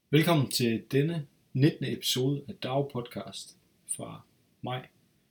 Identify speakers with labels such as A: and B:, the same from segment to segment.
A: Velkommen til denne 19. episode af DAO Podcast fra maj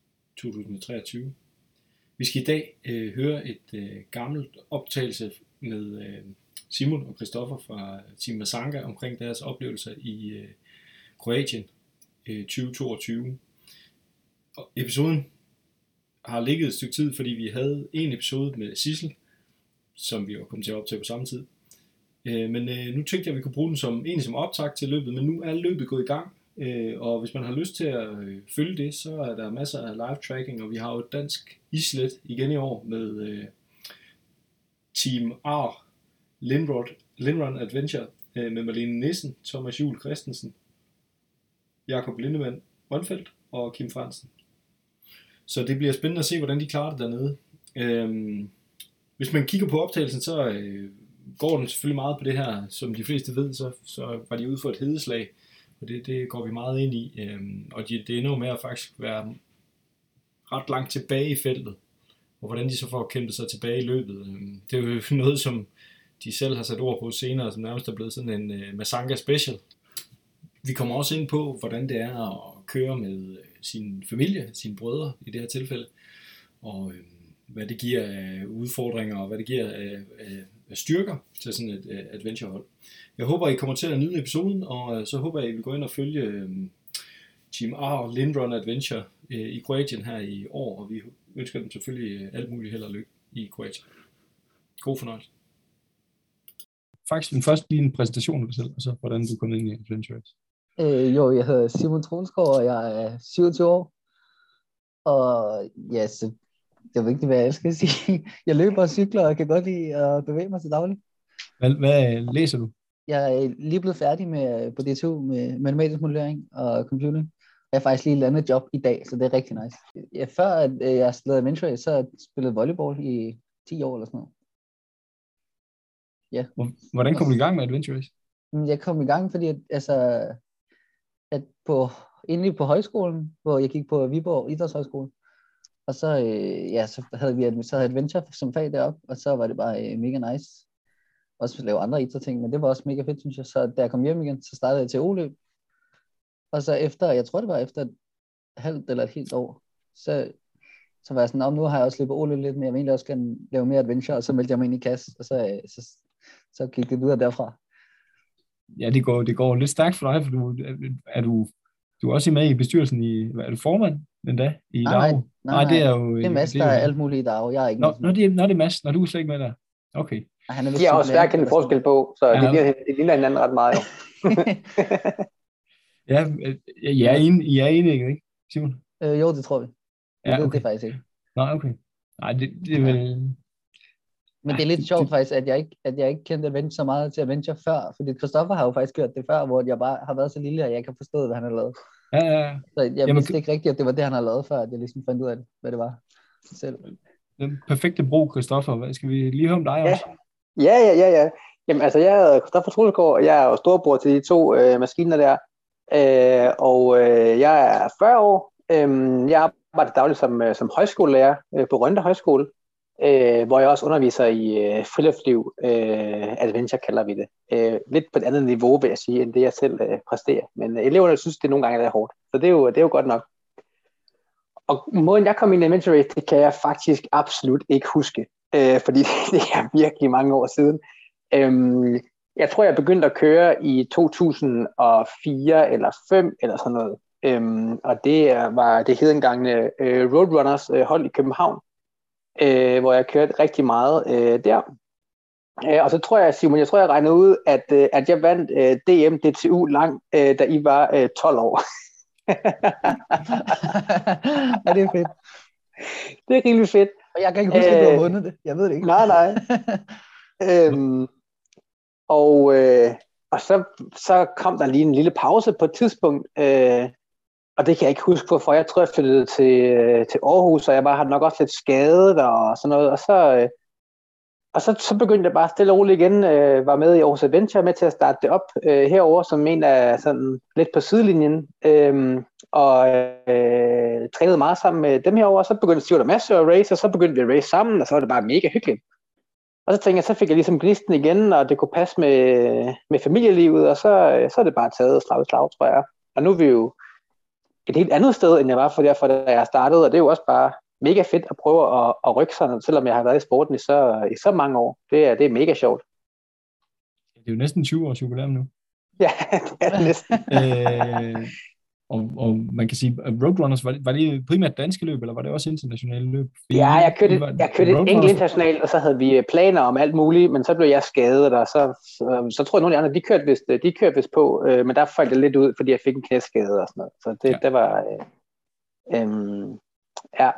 A: 2023. Vi skal i dag høre et gammelt optagelse med Simon og Christoffer fra Team Masanga omkring deres oplevelser i Kroatien 2022. Og episoden har ligget et stykke tid, fordi vi havde en episode med Sissel, som vi var kommet til at optage på samme tid. Men nu tænkte jeg, at vi kunne bruge den som optakt til løbet, men nu er løbet gået i gang, og hvis man har lyst til at følge det, så er der masser af live tracking, og vi har jo et dansk islet igen i år med Team R Lindrun Adventure med Marlene Nissen, Thomas Juhl Christensen, Jakob Lindemann Rønfeldt og Kim Fransen. Så det bliver spændende at se, hvordan de klarer det dernede. Hvis man kigger på optagelsen, så går den selvfølgelig meget på det her, som de fleste ved, så var de ude for et hedeslag, og det går vi meget ind i, og det ender med at faktisk være ret langt tilbage i feltet, og hvordan de så får kæmpet sig tilbage i løbet. Det er jo noget, som de selv har sat ord på senere, som nærmest er blevet sådan en Masanga special. Vi kommer også ind på, hvordan det er at køre med sin familie, sine brødre i det her tilfælde, og hvad det giver af udfordringer, og hvad det giver af styrker til sådan et adventurehold. Jeg håber, I kommer til at nyde episoden, og så håber jeg, I vil gå ind og følge Team R Lindrun Adventure i Kroatien her i år, og vi ønsker dem selvfølgelig alt muligt held og lykke i Kroatien. God fornøjelse. Faktisk først lige en præsentation af dig selv, og så hvordan du kom ind i Adventures.
B: Jeg hedder Simon Tronsgaard, og jeg er 27 år. Og ja, så jeg ved ikke, hvad jeg skal sige. Jeg løber og cykler, og kan godt lide at bevæge mig til daglig.
A: Hvad læser du?
B: Jeg er lige blevet færdig på DTU med matematisk modellering og computing. Jeg har faktisk lige et andet job i dag, så det er rigtig nice. Ja, før at jeg lavede Adventure, så har jeg spillet volleyball i 10 år eller sådan noget. Ja.
A: Hvordan kom du i gang med Adventures?
B: Jeg kom i gang, fordi at inde på højskolen, hvor jeg gik på Viborg Idrætshøjskole, og så havde vi Adventure som fag deroppe, og så var det bare mega nice. Også at lave andre idrætsting, men det var også mega fedt, synes jeg. Så da jeg kom hjem igen, så startede jeg til O-løb. Og så jeg tror det var efter et halvt eller et helt år, så var jeg sådan, nu har jeg også løbet O-løb lidt, men jeg vil egentlig også gerne lave mere adventure, og så meldte jeg mig ind i KAS, og så gik det videre derfra.
A: Ja, det går lidt stærkt for dig, for du er også med i bestyrelsen er du formand den dag i DAO?
B: Nej, det er jo... Det er Mads, der er alt muligt i DAO. Jeg er ikke
A: med. Det er Mads, når du er slet ikke med der. Okay.
C: De har også svært kendt forskel på, så det ligner hinanden ret meget jo.
A: I er enige, ikke, Simon?
B: Jo, det tror vi.
A: Ja, okay.
B: Det faktisk ikke.
A: Nej, okay. Nej, det er vel...
B: Men det er lidt sjovt faktisk, at jeg ikke kendte Adventure så meget til Adventure før, fordi Christoffer har jo faktisk gjort det før, hvor jeg bare har været så lille, at jeg ikke har forstået, hvad han har lavet.
A: Ja.
B: Så jeg vidste ikke rigtigt, at det var det, han har lavet før, at jeg ligesom fandt ud af det, hvad det var selv.
A: Den perfekte bro, Christoffer. Hvad skal vi lige høre om dig også?
C: Ja. Jamen altså, jeg er Christoffer Tronsgaard, og jeg er jo storbror til de to maskiner der. Jeg er 40 år. Jeg arbejder dagligt som højskolelærer på Rønde Højskole, hvor jeg også underviser i friluftsliv. Adventure kalder vi det. Lidt på et andet niveau, vil jeg sige, end det jeg selv præsterer. Men eleverne synes, det nogle gange er hårdt. Så det er jo godt nok. Og måden jeg kom ind i Adventure Race, det kan jeg faktisk absolut ikke huske. Fordi det er virkelig mange år siden. Jeg tror, jeg begyndte at køre i 2004 eller 5 eller sådan noget. Og det hed engang Roadrunners hold i København, hvor jeg kørte rigtig meget der. Og så tror jeg, Simon, jeg regnede ud, at jeg vandt DM DTU lang, da I var 12 år.
B: Ja, det er fedt.
C: Det er rigtig fedt.
B: Og jeg kan ikke huske, at du har vundet det. Jeg ved det ikke.
C: Nej. Og så kom der lige en lille pause på et tidspunkt, og det kan jeg ikke huske, hvorfor. Jeg tror, jeg flyttede til Aarhus, og jeg har nok også lidt skadet og sådan noget, og så begyndte jeg bare stille og roligt igen, var med i Aarhus Adventure, med til at starte det op herover som en af sådan lidt på sidelinjen, og trænede meget sammen med dem herovre, og så begyndte Sivert og Mads at race, og så begyndte vi at race sammen, og så var det bare mega hyggeligt. Og så tænkte jeg, så fik jeg ligesom gnisten igen, og det kunne passe med familielivet, og så er det bare taget slag i slag, tror jeg. Og nu er vi jo et helt andet sted, end jeg var derfor, da jeg startede, og det er jo også bare mega fedt at prøve at rykke sig, selvom jeg har været i sporten i så mange år. Det er mega sjovt.
A: Det er jo næsten 20 års jubilæum nu.
C: Ja, det er det næsten.
A: Og man kan sige, at Roadrunners, var det primært danske løb, eller var det også internationale løb?
C: Ja, jeg kørte et enkelt internationalt, og så havde vi planer om alt muligt, men så blev jeg skadet, og så tror jeg, nogle af de andre, de kørte vist på, men der faldt det lidt ud, fordi jeg fik en knæskade og sådan noget. Så det var, ja.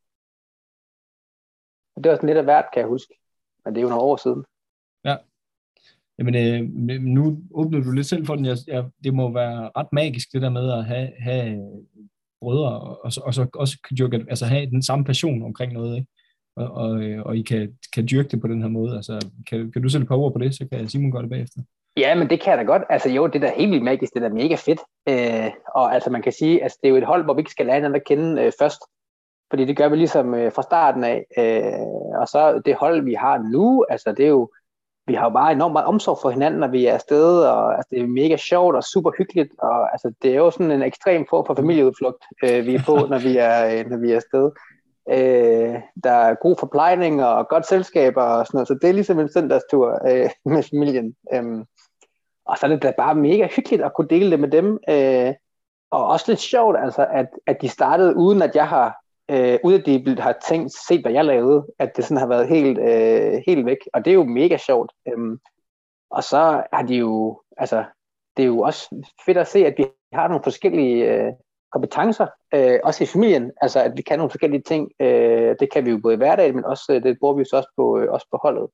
C: Det var sådan lidt af hvert, kan jeg huske. Men det er jo nogle år siden.
A: Ja. Jamen, nu åbner du lidt selv for den. Det må være ret magisk, det der med at have brødre, og så også dyrke, altså have den samme passion omkring noget, ikke? Og I kan dyrke det på den her måde. Altså, kan du sætte et par ord på det, så kan Simon gøre det bagefter.
C: Ja, men det kan jeg da godt. Altså jo, det er da helt vildt magisk, det er da mega fedt. Og altså man kan sige, at altså, det er jo et hold, hvor vi ikke skal lære hinanden at kende først. Fordi det gør vi ligesom fra starten af. Og så det hold, vi har nu, altså det er jo, vi har jo bare enormt meget omsorg for hinanden, når vi er afsted, og altså, det er mega sjovt og super hyggeligt, og altså, det er jo sådan en ekstrem form for familieudflugt, vi er på, når vi er afsted. Der er god forplejning og godt selskab og sådan noget, så det er ligesom en søndagstur med familien. Og så er det da bare mega hyggeligt at kunne dele det med dem, og også lidt sjovt, altså, at de startede uden at jeg har uden at de har set, hvad jeg lavede, at det sådan har været helt væk, og det er jo mega sjovt. Og så har de jo, altså, det er jo også fedt at se, at vi har nogle forskellige kompetencer, også i familien, altså at vi kan nogle forskellige ting, det kan vi jo både i hverdagen, men også, det bruger vi jo så også på holdet.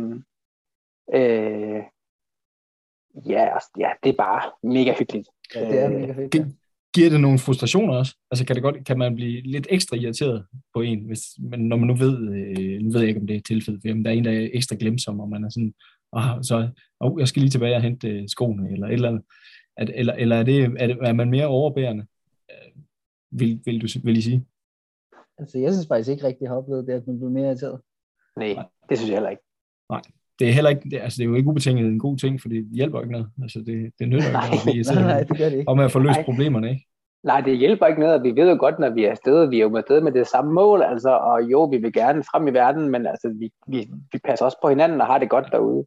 C: Ja, det er bare mega hyggeligt.
B: Ja, det er mega fedt, ja.
A: Giver det nogle frustrationer også? Altså kan man blive lidt ekstra irriteret på en, men når man nu ved jeg ikke, om det er tilfældet, men der er en, der er ekstra glemsom, og man er sådan, jeg skal lige tilbage og hente skoene, eller et eller andet. Eller er man mere overbærende, vil I sige?
B: Altså, jeg synes faktisk ikke rigtig, jeg har oplevet det, at man bliver mere irriteret.
C: Nej, det synes jeg heller ikke.
A: Nej. Det er heller ikke, det er jo ikke ubetinget en god ting, for det hjælper ikke noget. Altså det nytter ikke noget at blive irriteret.
B: Nej, det gør det ikke.
A: Og med at få løst problemerne, ikke?
C: Nej, det hjælper ikke noget, og vi ved jo godt, når vi er afsted, vi er jo afsted med det samme mål, altså, og jo, vi vil gerne frem i verden, men altså, vi passer også på hinanden og har det godt derude.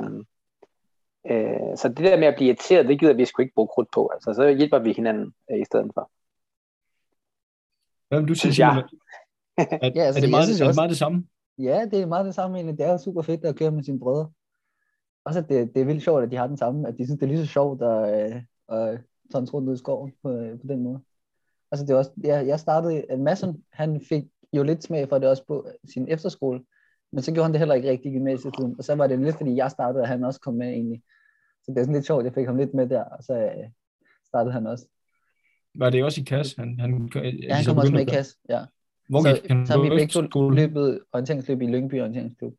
C: Så det der med at blive irriteret, det gider vi sgu ikke bruge krudt på, altså, så hjælper vi hinanden i stedet for.
A: Hvad vil du sige, Simon? Er det meget det samme?
B: Ja, det er meget det samme egentlig. Det er jo super fedt at køre med sine brødre. Også at det er vildt sjovt, at de har den samme, at de synes, det er lige så sjovt at tons rundt ud i skoven på den måde. Altså det er også, jeg startede, at Madsen, han fik jo lidt smag for det også på sin efterskole, men så gjorde han det heller ikke rigtig i gymnasietiden, og så var det lidt, fordi jeg startede, at han også kom med egentlig. Så det er sådan lidt sjovt, jeg fik ham lidt med der, og så startede han også.
A: Var det også i KAS?
B: Han kom også med i KAS, ja. Så har vi begge to løbet orienteringsløb i Lyngby Orienteringsklub.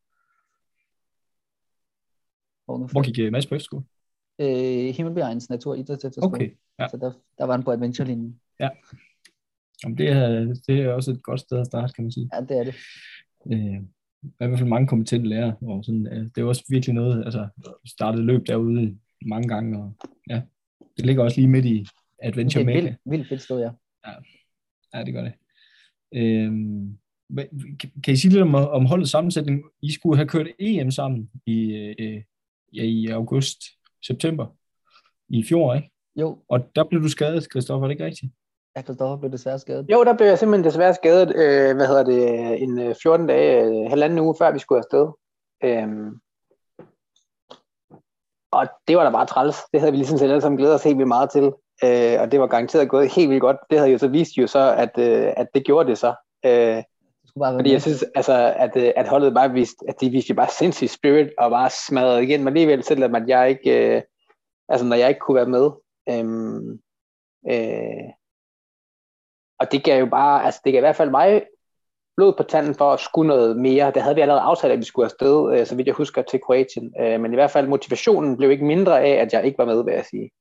A: Hvor gik Mads på efterskole?
B: Himmelbjergens Natur- og Idrætsefterskole. Okay, ja. Så der var han på adventure-linjen.
A: Ja. Jamen, det er også et godt sted at starte, kan man sige.
B: Ja, det er det.
A: I hvert fald mange kompetente lærere. Og sådan, det er også virkelig noget, altså startet løb derude mange gange. Og, ja, det ligger også lige midt i adventure mega.
B: Det er vildt fedt sted, ja.
A: Ja, det gør det. Kan I sige lidt om holdets sammensætning? I skulle have kørt EM sammen i august-september i fjor, ikke?
B: Jo.
A: Og der blev du skadet, Christoffer, er det ikke rigtigt?
B: Ja, Christoffer blev desværre skadet.
C: Jo, der blev jeg simpelthen desværre skadet, en 14 dage, halvanden uge før vi skulle afsted. Og det var da bare træls. Det havde vi ligesom selv alle sammen glædet os helt vildt meget til. Og det var garanteret gået helt vildt godt. Det havde jo så vist at det gjorde det så. Fordi jeg synes, altså, at holdet bare viste, at de viste bare sindssygt spirit og bare smadret igen, men alligevel selvom at jeg ikke, når jeg ikke kunne være med. Og det gav jo bare, altså det gav i hvert fald mig blod på tanden for at skulle noget mere. Det havde vi allerede aftalt, at vi skulle afsted, så vidt jeg husker, til Kroatien. Men i hvert fald motivationen blev ikke mindre af, at jeg ikke var med, vil jeg sige.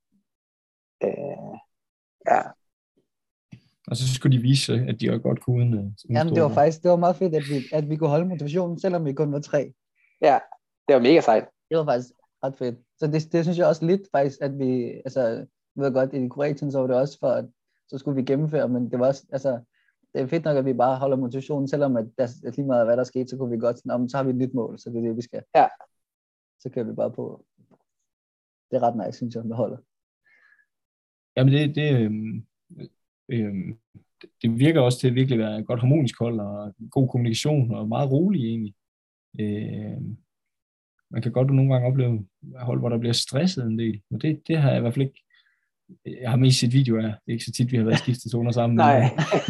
C: Ja.
A: Og så skulle de vise, at de også godt kunne uden.
B: Jamen det var meget fedt, at vi kunne holde motivationen, selvom vi kun var 3.
C: Ja, det var mega sejt.
B: Det var faktisk ret fedt. Så det synes jeg også lidt faktisk, at vi, altså, jeg ved godt, i Kroatien, så var det også for, at så skulle vi gennemføre, men det var også, altså, det er fedt nok, at vi bare holder motivationen, selvom at lige meget hvad der skete, så kunne vi godt sådan, så har vi et nyt mål, så det er det, vi skal.
C: Ja.
B: Så kører vi bare på. Det er ret nice, synes jeg, med holdet.
A: Jamen det virker også til at virkelig være et godt harmonisk hold, og god kommunikation, og meget rolig egentlig. Man kan godt nogle gange opleve hold, hvor der bliver stresset en del, og det har jeg i hvert fald ikke. Jeg har mest set videoer af. Det er ikke så tit, vi har været skiftet zoner sammen.
C: Nej.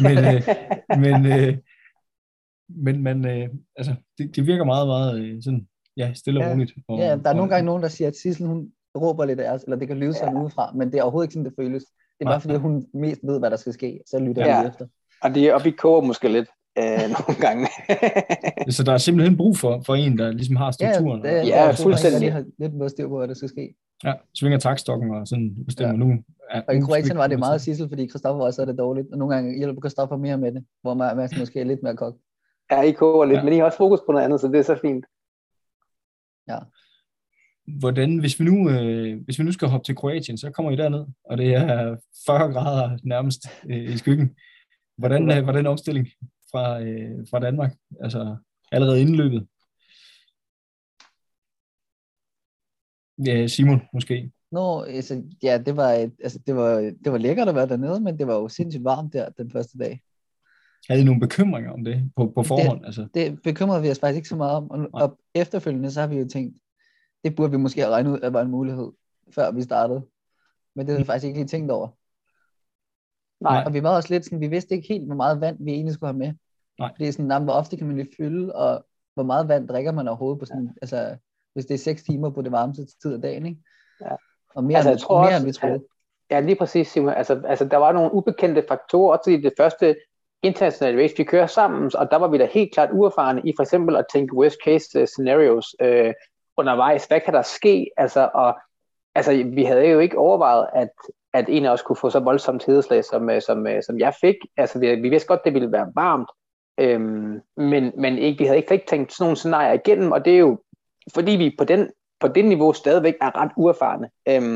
A: Men altså, det virker meget, meget sådan, ja, stille og roligt. Og,
B: ja, der er nogle gange nogen, der siger, at Sissel, hun råber lidt af os, eller det kan lyde sådan udefra, men det er overhovedet ikke sådan, det føles. Det er bare fordi, hun mest ved, hvad der skal ske, så lytter jeg efter.
C: Og vi koger måske lidt nogle gange.
A: Så der er simpelthen brug for en, der ligesom har strukturen.
C: Ja, fuldstændig.
B: Jeg har lidt mere styr på, hvad der skal ske.
A: Ja, svinger takstokken og sådan bestemmer nu. Ja,
B: og i Kroatien var det meget Sissel, fordi Christoffer også er det dårligt, og nogle gange hjælper Christoffer mere med det, hvor man måske er lidt mere kogt.
C: Ja, I koger lidt, men I har også fokus på noget andet, så det er så fint.
B: Ja.
A: Hvordan, hvis vi nu skal hoppe til Kroatien, så kommer I derned, og det er 40 grader nærmest i skyggen. Hvordan var den omstilling fra Danmark, altså allerede inden løbet? Ja, Simon måske.
B: Altså, ja, det var lækkert at være dernede, men det var jo sindssygt varmt der den første dag.
A: Havde I nogle bekymringer om det på forhånd?
B: Det bekymrede vi os faktisk ikke så meget om, og efterfølgende så har vi jo tænkt, det burde vi måske have regnet ud, at var en mulighed, før vi startede. Men det havde vi faktisk ikke lige tænkt over.
C: Nej.
B: Og vi var også lidt sådan, vi vidste ikke helt, hvor meget vand vi egentlig skulle have med.
A: Nej.
B: Det er sådan, hvor ofte kan man lige fylde, og hvor meget vand drikker man overhovedet på sådan, altså, hvis det er 6 timer på det varmeste tid af dagen, ikke?
C: Ja.
B: Og mere end vi troede.
C: Ja, lige præcis, Simon. Altså, der var nogle ubekendte faktorer, også i det første internationale race, vi kører sammen, og der var vi da helt klart uerfarne i for eksempel at tænke worst case scenarios undervejs. Hvad kan der ske? Altså, vi havde jo ikke overvejet, at en af os kunne få så voldsomt hedeslag, som jeg fik. Altså, vi vidste godt, det ville være varmt, men vi havde ikke tænkt sådan nogle scenarier igennem, og det er jo, fordi vi på det niveau stadigvæk er ret uerfarne.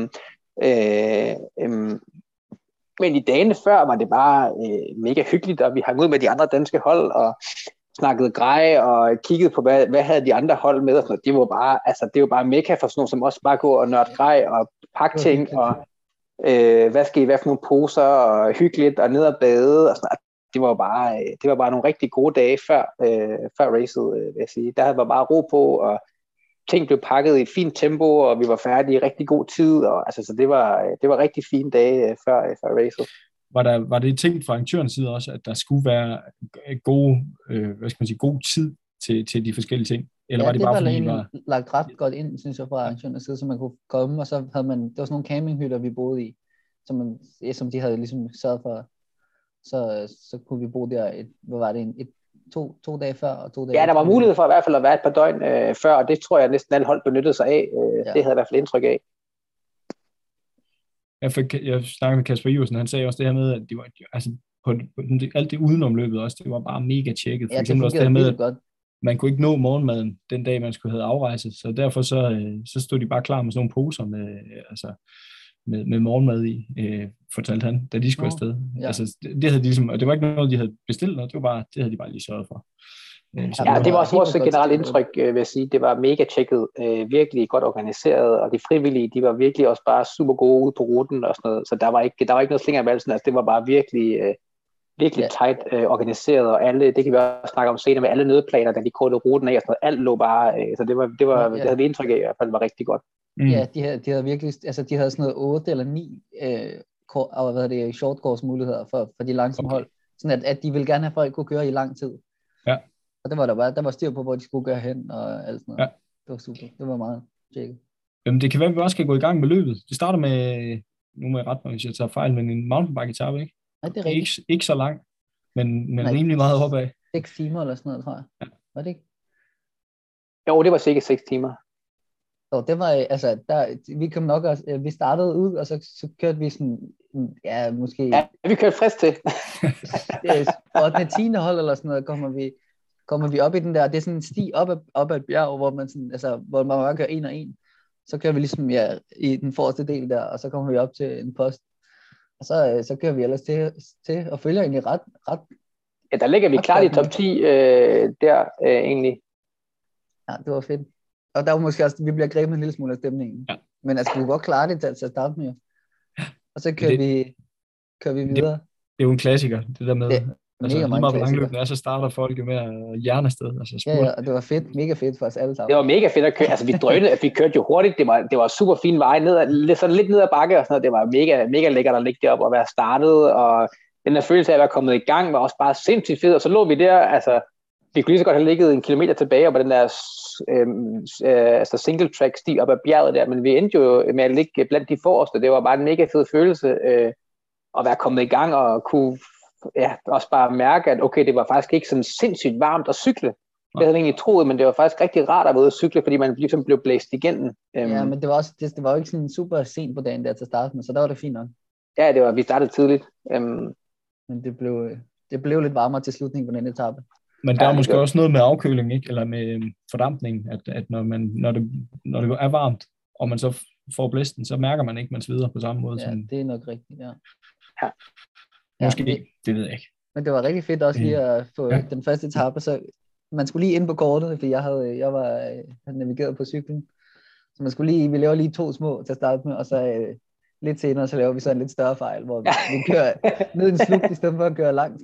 C: Men i dagene før var det bare mega hyggeligt, og vi hang ud med de andre danske hold, og snakkede grej, og kiggede på, hvad havde de andre hold med, og det var bare mega for sådan nogle, som også bare går og nørde grej, og pakke ting, og hvad skal I, hvad for nogle poser, og hyggeligt, og ned og bade, og sådan noget. Det var bare nogle rigtig gode dage før racet, vil jeg sige. Der var bare ro på, og ting blev pakket i et fint tempo, og vi var færdige i rigtig god tid, og altså, så det var rigtig fine dage før racet.
A: Var det tænkt fra arrangørens side også, at der skulle være god tid til de forskellige ting? Eller var det bare fordi
B: var lagt ret godt ind, synes jeg, fra arrangørens side, så man kunne komme, og så havde man, det var sådan nogle campinghytter, vi boede i, som de havde ligesom sørget for, så kunne vi bo der, to dage før og 2 dage.
C: Ja, der var mulighed for i hvert fald at være et par døgn før, og det tror jeg næsten alle hold benyttede sig af. Det havde jeg i hvert fald indtryk af.
A: Jeg snakkede med Kasper Iversen, han sagde også det her med, at det var, altså, på alt det udenomløbet også, det var bare mega tjekket. For eksempel også det her med, at man kunne ikke nå morgenmaden den dag, man skulle have afrejse, så derfor så stod de bare klar med sådan nogle poser med morgenmad i, fortalte han, da de skulle afsted. Ja. Altså, det havde de ligesom, og det var ikke noget, de havde bestilt, det havde de bare lige sørget for.
C: Det var også vores generelt indtryk, vil jeg sige. Det var mega tjekket, virkelig godt organiseret, og de frivillige, de var virkelig også bare super gode ude på ruten og sådan noget, så der var ikke noget slinger af valsen, altså det var bare virkelig tight organiseret, og alle, det kan vi også snakke om senere, med alle nødplaner, da de kortede ruten af og sådan noget, alt lå bare, så det havde vi indtryk af, i hvert fald var rigtig godt.
B: Ja, de havde virkelig, altså de havde sådan noget 8 eller 9 short course muligheder for de langsomme hold, sådan at de ville gerne have folk kunne køre i lang tid.
A: Ja.
B: Og det var der var styr på, hvor de skulle gøre hen og alt sådan noget. Ja. Det var super. Det var meget tjekket.
A: Det kan være, at vi også skal gå i gang med løbet. Det starter med, nu må jeg rette mig, hvis jeg tager fejl, men en mountainbike-etape, ikke?
B: Nej, det er rigtigt.
A: Ikke så lang, men rimelig meget opad.
B: 6 timer eller sådan noget, tror jeg. Ja. Var det ikke?
C: Jo, det var sikkert 6 timer.
B: Jo, det var, altså, vi kom nok også, vi startede ud, og så kørte vi sådan, ja, måske...
C: Ja, vi kørte frisk til.
B: 8. 10. hold eller sådan noget, kommer vi, kommer vi op i den der, det er sådan en sti op ad et bjerg, hvor man sådan, altså, hvor man bare kører en og en. Så kører vi ligesom i den forreste del der, og så kommer vi op til en post. Og så kører vi ellers til og følger egentlig ret.
C: Ja, der ligger vi klart i top 10 egentlig.
B: Ja, det var fedt. Og der var måske også, vi bliver grebet en lille smule af stemningen. Ja. Men altså, vi kunne godt klare det til at starte med. Og så kører vi videre.
A: Det er jo en klassiker, det der med, altså lige meget på langløbene er, så starter folk jo med at hjerne afsted. Altså
B: ja, og det var fedt, mega fedt for os alle sammen.
C: Det var mega fedt at køre, altså vi drønede, vi kørte jo hurtigt, det var super fin vej, sådan lidt ned ad bakke og sådan noget, det var mega lækkert at ligge deroppe og være startet, og den der følelse af at være kommet i gang var også bare sindssygt fed, og så lå vi der, altså vi kunne lige så godt have ligget en kilometer tilbage på den der altså single track sti op ad bjerget der, men vi endte jo med at ligge blandt de forreste, det var bare en mega fed følelse at være kommet i gang og kunne også bare mærke, at okay, det var faktisk ikke sådan sindssygt varmt at cykle. Det havde jeg egentlig troet, men det var faktisk rigtig rart at være ude at cykle, fordi man ligesom blev blæst igennem.
B: Ja, men det var også det var jo ikke sådan super sent på dagen der til starten, med, så der var det fint nok.
C: Ja, vi startede tidligt.
B: Men det blev lidt varmere til slutningen på den etape.
A: Men der er måske også noget med afkøling, ikke? Eller med fordampning, at når det er varmt, og man så får blæsten, så mærker man ikke, man sveder på samme måde.
B: Ja, det er nok rigtigt, ja.
A: Måske, det ved jeg ikke.
B: Men det var rigtig fedt også lige at få den første etape, så man skulle lige ind på kortet, fordi jeg var navigeret på cyklen. Så man skulle vi laver lige 2 små til at starte med, og så lidt senere, så laver vi så en lidt større fejl, hvor vi kører ned i en slugt, i stedet for at køre langs.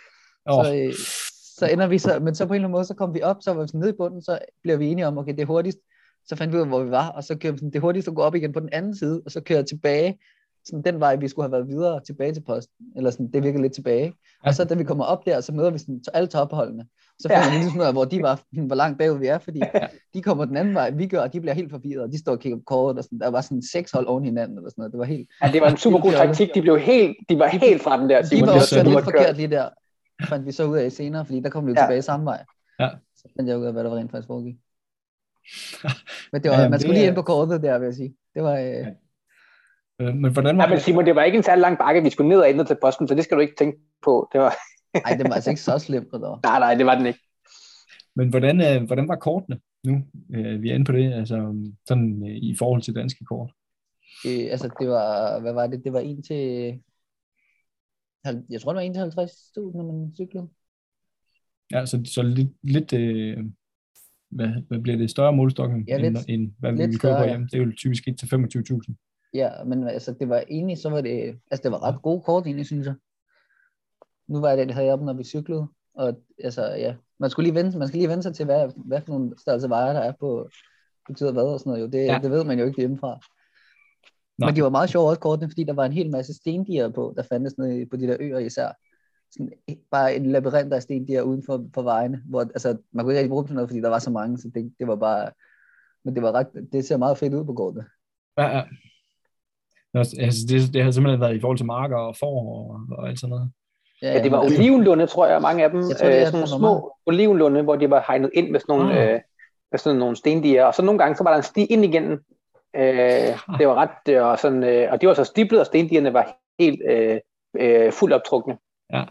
B: Så ender vi så, men så på en eller anden måde, så kom vi op, så var vi sådan nede i bunden, så blev vi enige om, okay, det er hurtigst, så fandt vi ud af, hvor vi var, og så kører vi sådan, det hurtigst at gå op igen på den anden side, og så kører tilbage, sådan den vej, vi skulle have været videre tilbage til posten, eller sådan, det virkede lidt tilbage. Og så da vi kommer op der, så møder vi sådan alle topholdene. Så finder vi ligesom ud af, hvor de var, hvor langt bagud vi er, fordi de kommer den anden vej, vi gør, og de bliver helt forvirret, og de står og kigger på kortet, og sådan, der var sådan 6 hold oven hinanden, eller sådan noget. Det var helt...
C: Ja, det var en super god taktik, de var helt fra den der.
B: De var også lidt forkert lige der, fandt vi så ud af senere, fordi der kom vi jo tilbage samme vej.
A: Ja.
B: Så fandt jeg ud af, hvad der var rent faktisk foregik. Men det var, man skulle lige ind på kortet der, vil jeg sige. Det var...
A: Men hvordan var
C: men Simon, det var ikke en særlig lang bakke, vi skulle ned og ind til posten, så det skal du ikke tænke på. Det var...
B: Nej, det var altså ikke så slemt.
C: Nej, det var den ikke.
A: Men hvordan var kortene nu? Vi er inde på det, altså sådan i forhold til danske kort.
B: Altså det var, hvad var det? Det var 1 til, jeg tror det var 1 til 50.000, når man cyklede.
A: Ja, så lidt hvad bliver det, større målstokken, end hvad vi vil købe på hjemme? Det er jo typisk 1 til 25.000.
B: Ja, men altså det var egentlig, så var det, altså det var ret gode kort egentlig, synes jeg. Nu var det havde jeg op, når vi cyklede, og altså ja, man skal lige vende sig til, hvad for nogle størrelse vejer der er på, betyder hvad og sådan noget, jo. Det ved man jo ikke hjemmefra. Nej. Men de var meget sjove også kortene, fordi der var en hel masse stendiger på, der fandtes nede på de der øer især. Sådan, bare en labyrint af stendiger uden for vejene, hvor altså, man kunne ikke rigtig bruge dem til noget, fordi der var så mange, så det var bare, men det ser meget fedt ud på kortene.
A: Ja. Altså, det har simpelthen været i forhold til marker og får og alt sådan noget.
C: Ja, det var olivenlunde, tror jeg, mange af dem. Sådan nogle små olivenlunde, hvor de var hegnet ind med sådan nogle stendiger. Og så nogle gange, så var der en sti ind igennem. Det var ret, og sådan, og de var så stiblet, og stendierne var helt fuldt optrukne.
A: Ja.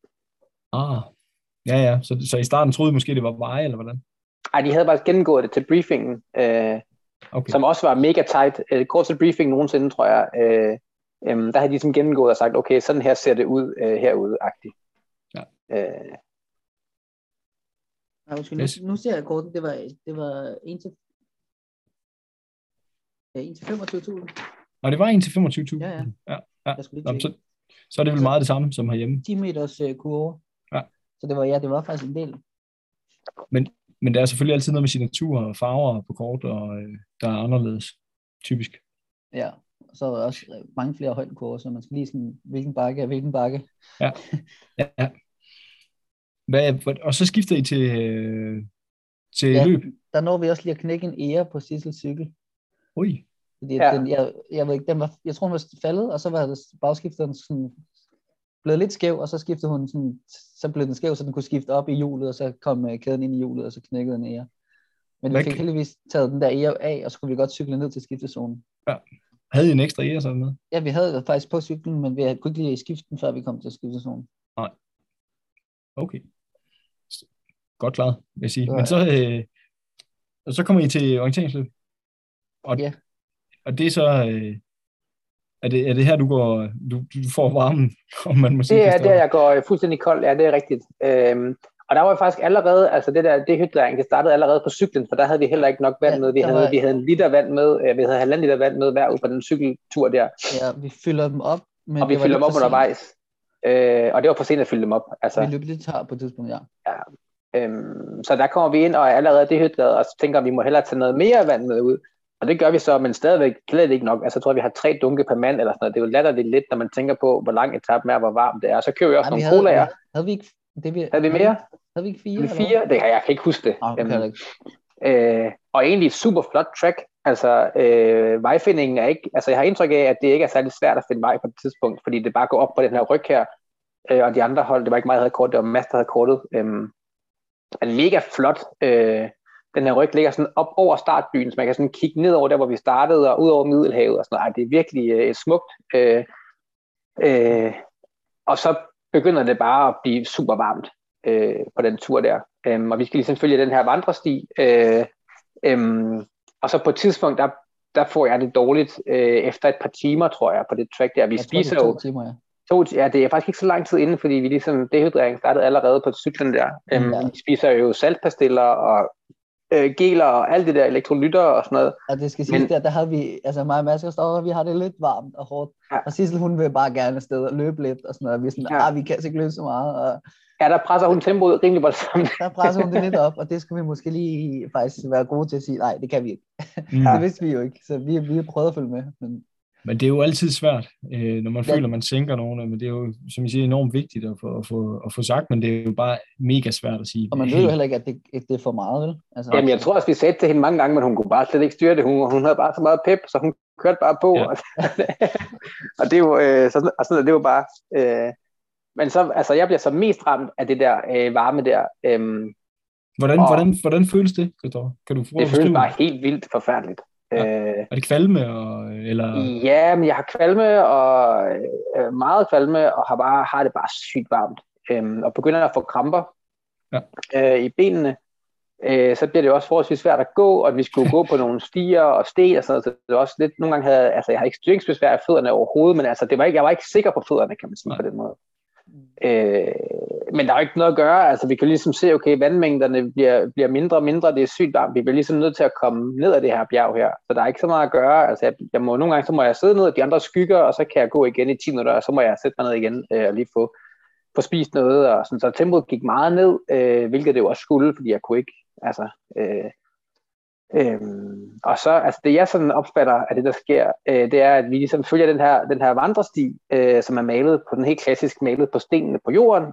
A: Ja. Så i starten troede I måske, det var veje, eller hvordan?
C: Nej, de havde bare gennemgået det til briefingen, som også var mega tight. Kort til briefing nogensinde, tror jeg. Der havde de ligesom gennemgået og sagt, okay, sådan her ser det ud herude-agtigt.
A: Ja.
B: Nu ser jeg kortet, det var 1 til 25.000.
A: Og det var 1 til 25.000?
B: Ja.
A: Så er det vel meget det samme som herhjemme.
B: 10 meters kurve.
A: Ja.
B: Så det var faktisk en del.
A: Men der er selvfølgelig altid noget med signatur og farver på kort, og der er anderledes, typisk.
B: Ja, så er der også mange flere højdekurver, så man skal lige sådan, hvilken bakke.
A: Ja. Og så skifter I til løb?
B: Der når vi også lige at knække en ære på Sissels cykel.
A: Ui.
B: Fordi jeg ved ikke, jeg tror hun var faldet, og så var bagskifteren sådan blevet lidt skæv, og så skiftede hun sådan, så blev den skæv, så den kunne skifte op i hjulet, og så kom kæden ind i hjulet, og så knækkede den ære. Men vi fik heldigvis taget den der ære af, og så kunne vi godt cykle ned til skiftezonen.
A: Ja. Havde I en ekstra ære sådan noget?
B: Ja, vi havde faktisk på cyklen, men vi kunne ikke lige skifte den, før vi kom til skiftezonen.
A: Nej. Okay. godt klaret, vil jeg sige.
B: Det var-
A: Men og så kommer I til orienteringsløb. Og,
B: Ja.
A: og det er så... er det her, du får varmen, om man må sige,
C: Det er
A: Christoffer?
C: der, jeg går fuldstændig kold. Ja, det er rigtigt. Og der var jo faktisk allerede, altså det hydrering, det startede allerede på cyklen, for der havde vi heller ikke nok vand
B: Ja,
C: med. Vi havde 1 liter vand med, vi havde 1,5 liter vand med hver ude på den cykeltur der.
B: Ja, vi fylder dem op, men
C: Og vi
B: det var
C: fylder
B: lidt
C: dem op
B: for sent.
C: undervejs. Og det var for sent at fylde dem op. Altså,
B: Vi løb lidt tør på et tidspunkt, ja.
C: så der kommer vi ind og er allerede dehydreret, og så tænker vi må hellere tage noget mere vand med ud. Og det gør vi så, men stadigvæk slet ikke nok. Altså jeg tror, vi har 3 dunke per mand eller sådan noget. Det er jo latterligt lidt, når man tænker på, hvor lang etappen er, hvor varmt det er. Så køber vi også nogle colaer.
B: Havde vi ikke...
C: Havde vi mere?
B: Havde vi ikke 4?
C: Havde vi 4? Det kan jeg kan ikke huske det.
B: Okay.
C: Og egentlig et super flot track. Altså vejfindingen er ikke... Altså jeg har indtryk af, at det ikke er særlig svært at finde vej på det tidspunkt, fordi det bare går op på den her ryg her. Og de andre hold, det var ikke mig, der havde kortet, det var Mads, der havde kortet. En mega flot... Den her ryg ligger sådan op over startbyen, så man kan sådan kigge ned over der, hvor vi startede, og ud over Middelhavet og sådan noget. Det er virkelig smukt. Og så begynder det bare at blive super varmt på den tur der. Og vi skal ligesom følge den her vandresti. Og så på et tidspunkt, der får jeg det dårligt efter et par timer, tror jeg, på det track der. Vi spiser jo...
B: 2 timer, ja.
C: Ja, det er faktisk ikke så lang tid inden, fordi vi ligesom dehydrering startede allerede på cyklen der. Vi spiser jo saltpastiller og geler og alt det der elektrolytter og sådan noget.
B: Og det skal siges, der havde vi, altså mig og Mads og Stoffer, vi har det lidt varmt og hårdt.
C: Ja.
B: Og Sissel, hun vil bare gerne afsted og løbe lidt og sådan noget. Og vi er sådan, vi kan altså ikke løbe så meget. Og
C: ja, der presser hun tempoet rimelig voldsomt.
B: der presser hun det lidt op, og det skulle vi måske lige faktisk være gode til at sige, nej, det kan vi ikke. Det vidste vi jo ikke, så vi har prøvet at følge med.
A: Men det er jo altid svært, når man føler, man sænker nogen, men det er jo, som I siger, enormt vigtigt at få sagt, men det er jo bare mega svært at sige.
B: Og man ved jo heller ikke, at det er for meget, vel? Altså,
C: jamen, jeg tror også, vi sagde til hende mange gange, men hun kunne bare slet ikke styre det. Hun havde bare så meget pep, så hun kørte bare på. Ja. Og det er jo, sådan, det er jo bare... men så, altså, jeg bliver så mest ramt af det der varme der.
A: Hvordan føles det, Christoffer? Kan du
C: det føles bare helt vildt forfærdeligt.
A: Ja. Er det kvalme? Eller?
C: Ja, men jeg har kvalme og meget kvalme, og har det bare sygt varmt. Og begynder at få kramper i benene. Så bliver det også forholdsvis svært at gå, og vi skulle gå på nogle stier og sten og sådan noget, så det var også lidt, nogle gange jeg havde ikke styringsbesvær af fødderne overhovedet, men altså, jeg var ikke sikker på fødderne, kan man sige på den måde. Men der er jo ikke noget at gøre, altså vi kan ligesom se, okay, vandmængderne bliver mindre og mindre, det er sygt varmt, vi bliver ligesom nødt til at komme ned ad det her bjerg her, så der er ikke så meget at gøre, altså nogle gange så må jeg sidde ned, de andre skygger, og så kan jeg gå igen i 10 minutter, og så må jeg sætte mig ned igen og lige få spist noget, og sådan, så tempoet gik meget ned, hvilket det jo også skulle, fordi jeg kunne ikke, altså... og så, altså det jeg sådan opfatter af det der sker, det er at vi ligesom følger den her vandresti, som er malet på den helt klassisk malet på stenene på jorden,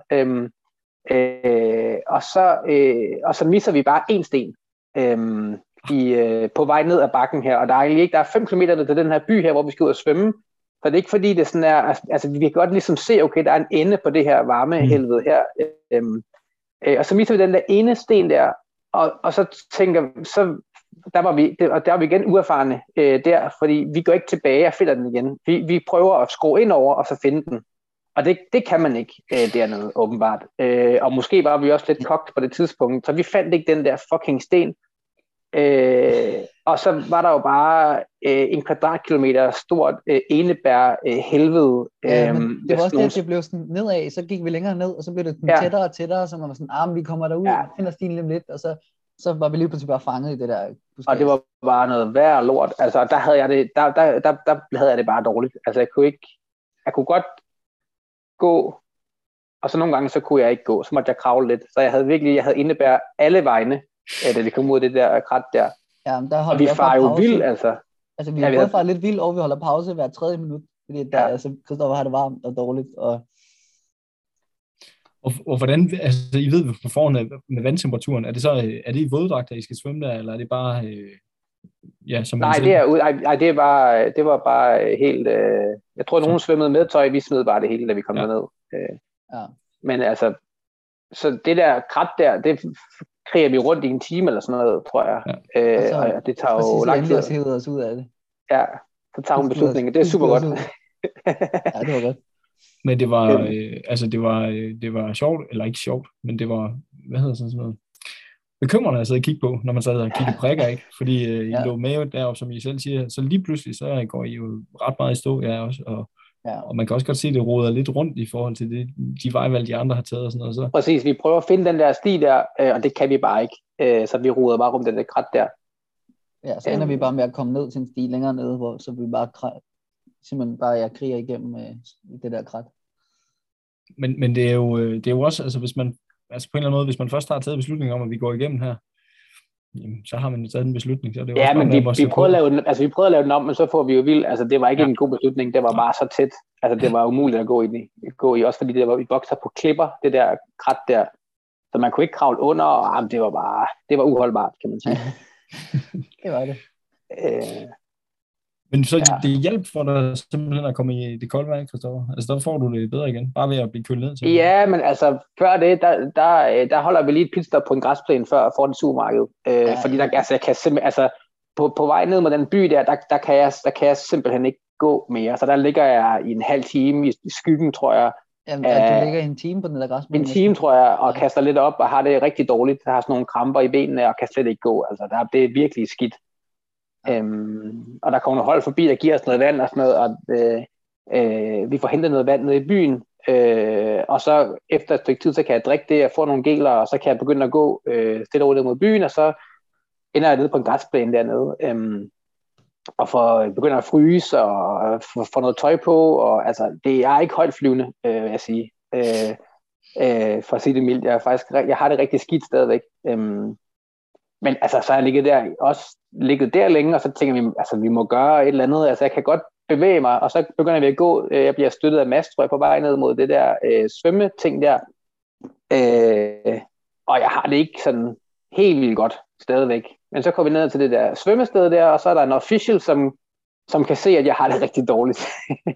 C: og så misser vi bare en sten på vej ned ad bakken her, og der er 5 kilometer til den her by her, hvor vi skal ud og svømme, så det er ikke fordi det sådan er, altså vi kan godt ligesom se, okay, der er en ende på det her varmehelvede her, og så misser vi den der ene sten der, og så tænker så der var vi igen uerfarne der, fordi vi går ikke tilbage og finder den igen. Vi prøver at skrue ind over og så finde den. Og det kan man ikke dernede, åbenbart. Og måske var vi også lidt kogt på det tidspunkt, så vi fandt ikke den der fucking sten. Og så var der jo bare en kvadratkilometer stort enebær helvede.
B: Ja, men det var også det, at det blev sådan nedad, så gik vi længere ned, og så blev det tættere og tættere, så man var sådan, vi kommer derud, og finder stien lige lidt, og så var vi lige pludselig bare fanget i det der.
C: Og det var bare noget værd lort. Altså, der havde jeg det bare dårligt. Altså, jeg kunne godt gå, og så nogle gange, så kunne jeg ikke gå. Så måtte jeg kravle lidt. Så jeg havde indebæret alle vegne, da vi kom ud af det der krat der.
B: Ja, men der
C: og vi farer jo vildt, altså.
B: Altså, vi har både faret lidt vildt, og vi holder pause hver 3. minut, fordi altså, Christoffer har det varmt og dårligt,
A: Og hvordan, altså I ved på forhånd med vandtemperaturen, er det i våddragter, I skal svømme der, eller er det bare, som man
C: Nej, det var bare helt, jeg tror, nogen svømmede med tøj, vi smed bare det hele, da vi kom derned. Men altså, så det der krat der, det kriger vi rundt i en time eller sådan noget, tror jeg. Og det tager jo lang tid.
B: Og så os ud af det.
C: Ja, så tager hun beslutningen. Det er super godt.
B: Ja, det var godt.
A: Men det var, det var sjovt, eller ikke sjovt, men det var, hvad hedder sådan noget? bekymrende at sidde og kigge på, når man sad og kiggede prikker, ikke? Fordi I lå med deroppe, som I selv siger, så lige pludselig, så går I jo ret meget i stå, også, og man kan også godt se, at det roder lidt rundt i forhold til det, de vejvalg, de andre har taget og sådan noget. Så.
C: Præcis, vi prøver at finde den der sti der, og det kan vi bare ikke, så vi roder bare rundt den der krat der.
B: Ja, så ender vi bare med at komme ned til en sti længere nede, hvor så vi bare simpelthen bare kriger igennem det der krat. Men
A: det er jo også, altså hvis man, altså på en eller anden måde, hvis man først har taget beslutningen om, at vi går igennem her, jamen, så har man taget en beslutning. Så er det
C: ja, men vi prøvede at lave den om, men så får vi jo vildt, altså det var ikke en god beslutning, det var bare så tæt, altså det var umuligt at gå i, også fordi det var i bokser på klipper, det der krat der, så man kunne ikke kravle under, og det var uholdbart, kan man sige.
B: Det var det.
A: Men så det hjalp for dig simpelthen at komme i det kolde vand, Christoffer? Altså der får du det bedre igen, bare ved at blive kølet ned til.
C: Ja, men altså før det, der holder vi lige et pitstop på en græsplæne foran et supermarked. Fordi der, altså, jeg kan simpelthen, altså på vej ned mod den by der kan jeg simpelthen ikke gå mere. Så der ligger jeg i en halv time i skyggen, tror jeg.
B: Jamen, du ligger i en time på den der græsplæne?
C: En time, tror jeg, og kaster lidt op og har det rigtig dårligt. Jeg har sådan nogle kramper i benene og kan slet ikke gå. Altså det er virkelig skidt. Og der kommer nogle hold forbi, der giver os noget vand og sådan noget, og vi får hentet noget vand ned i byen, og så efter et stykke tid, så kan jeg drikke det og få nogle geler, og så kan jeg begynde at gå stille over mod byen, og så ender jeg nede på en græsplæne dernede, og begynder at fryse og få noget tøj på, og altså, det er ikke højt flyvende, vil jeg sige, for at sige det mildt. Jeg har det rigtig skidt stadigvæk. Men altså, så har jeg ligget der længe, og så tænker vi, altså, vi må gøre et eller andet. Altså, jeg kan godt bevæge mig, og så begynder vi at gå. Jeg bliver støttet af Mads, tror jeg, på vej ned mod det der svømmeting der. Og jeg har det ikke sådan helt vildt godt stadigvæk. Men så kommer vi ned til det der svømmested der, og så er der en official, som kan se, at jeg har det rigtig dårligt.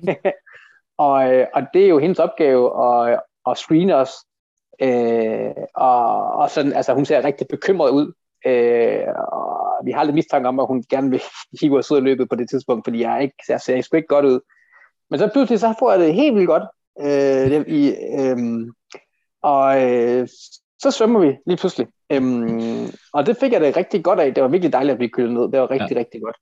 C: og det er jo hendes opgave at screene os. Og sådan, altså, hun ser rigtig bekymret ud. Og vi har lidt mistanke om, at hun gerne vil hive os ud af løbet på det tidspunkt, fordi jeg ser sgu ikke godt ud. Men så pludselig så får jeg det helt vildt godt. Så svømmer vi lige pludselig. Og det fik jeg det rigtig godt af. Det var virkelig dejligt at blive kølet ned. Det var rigtig, rigtig godt.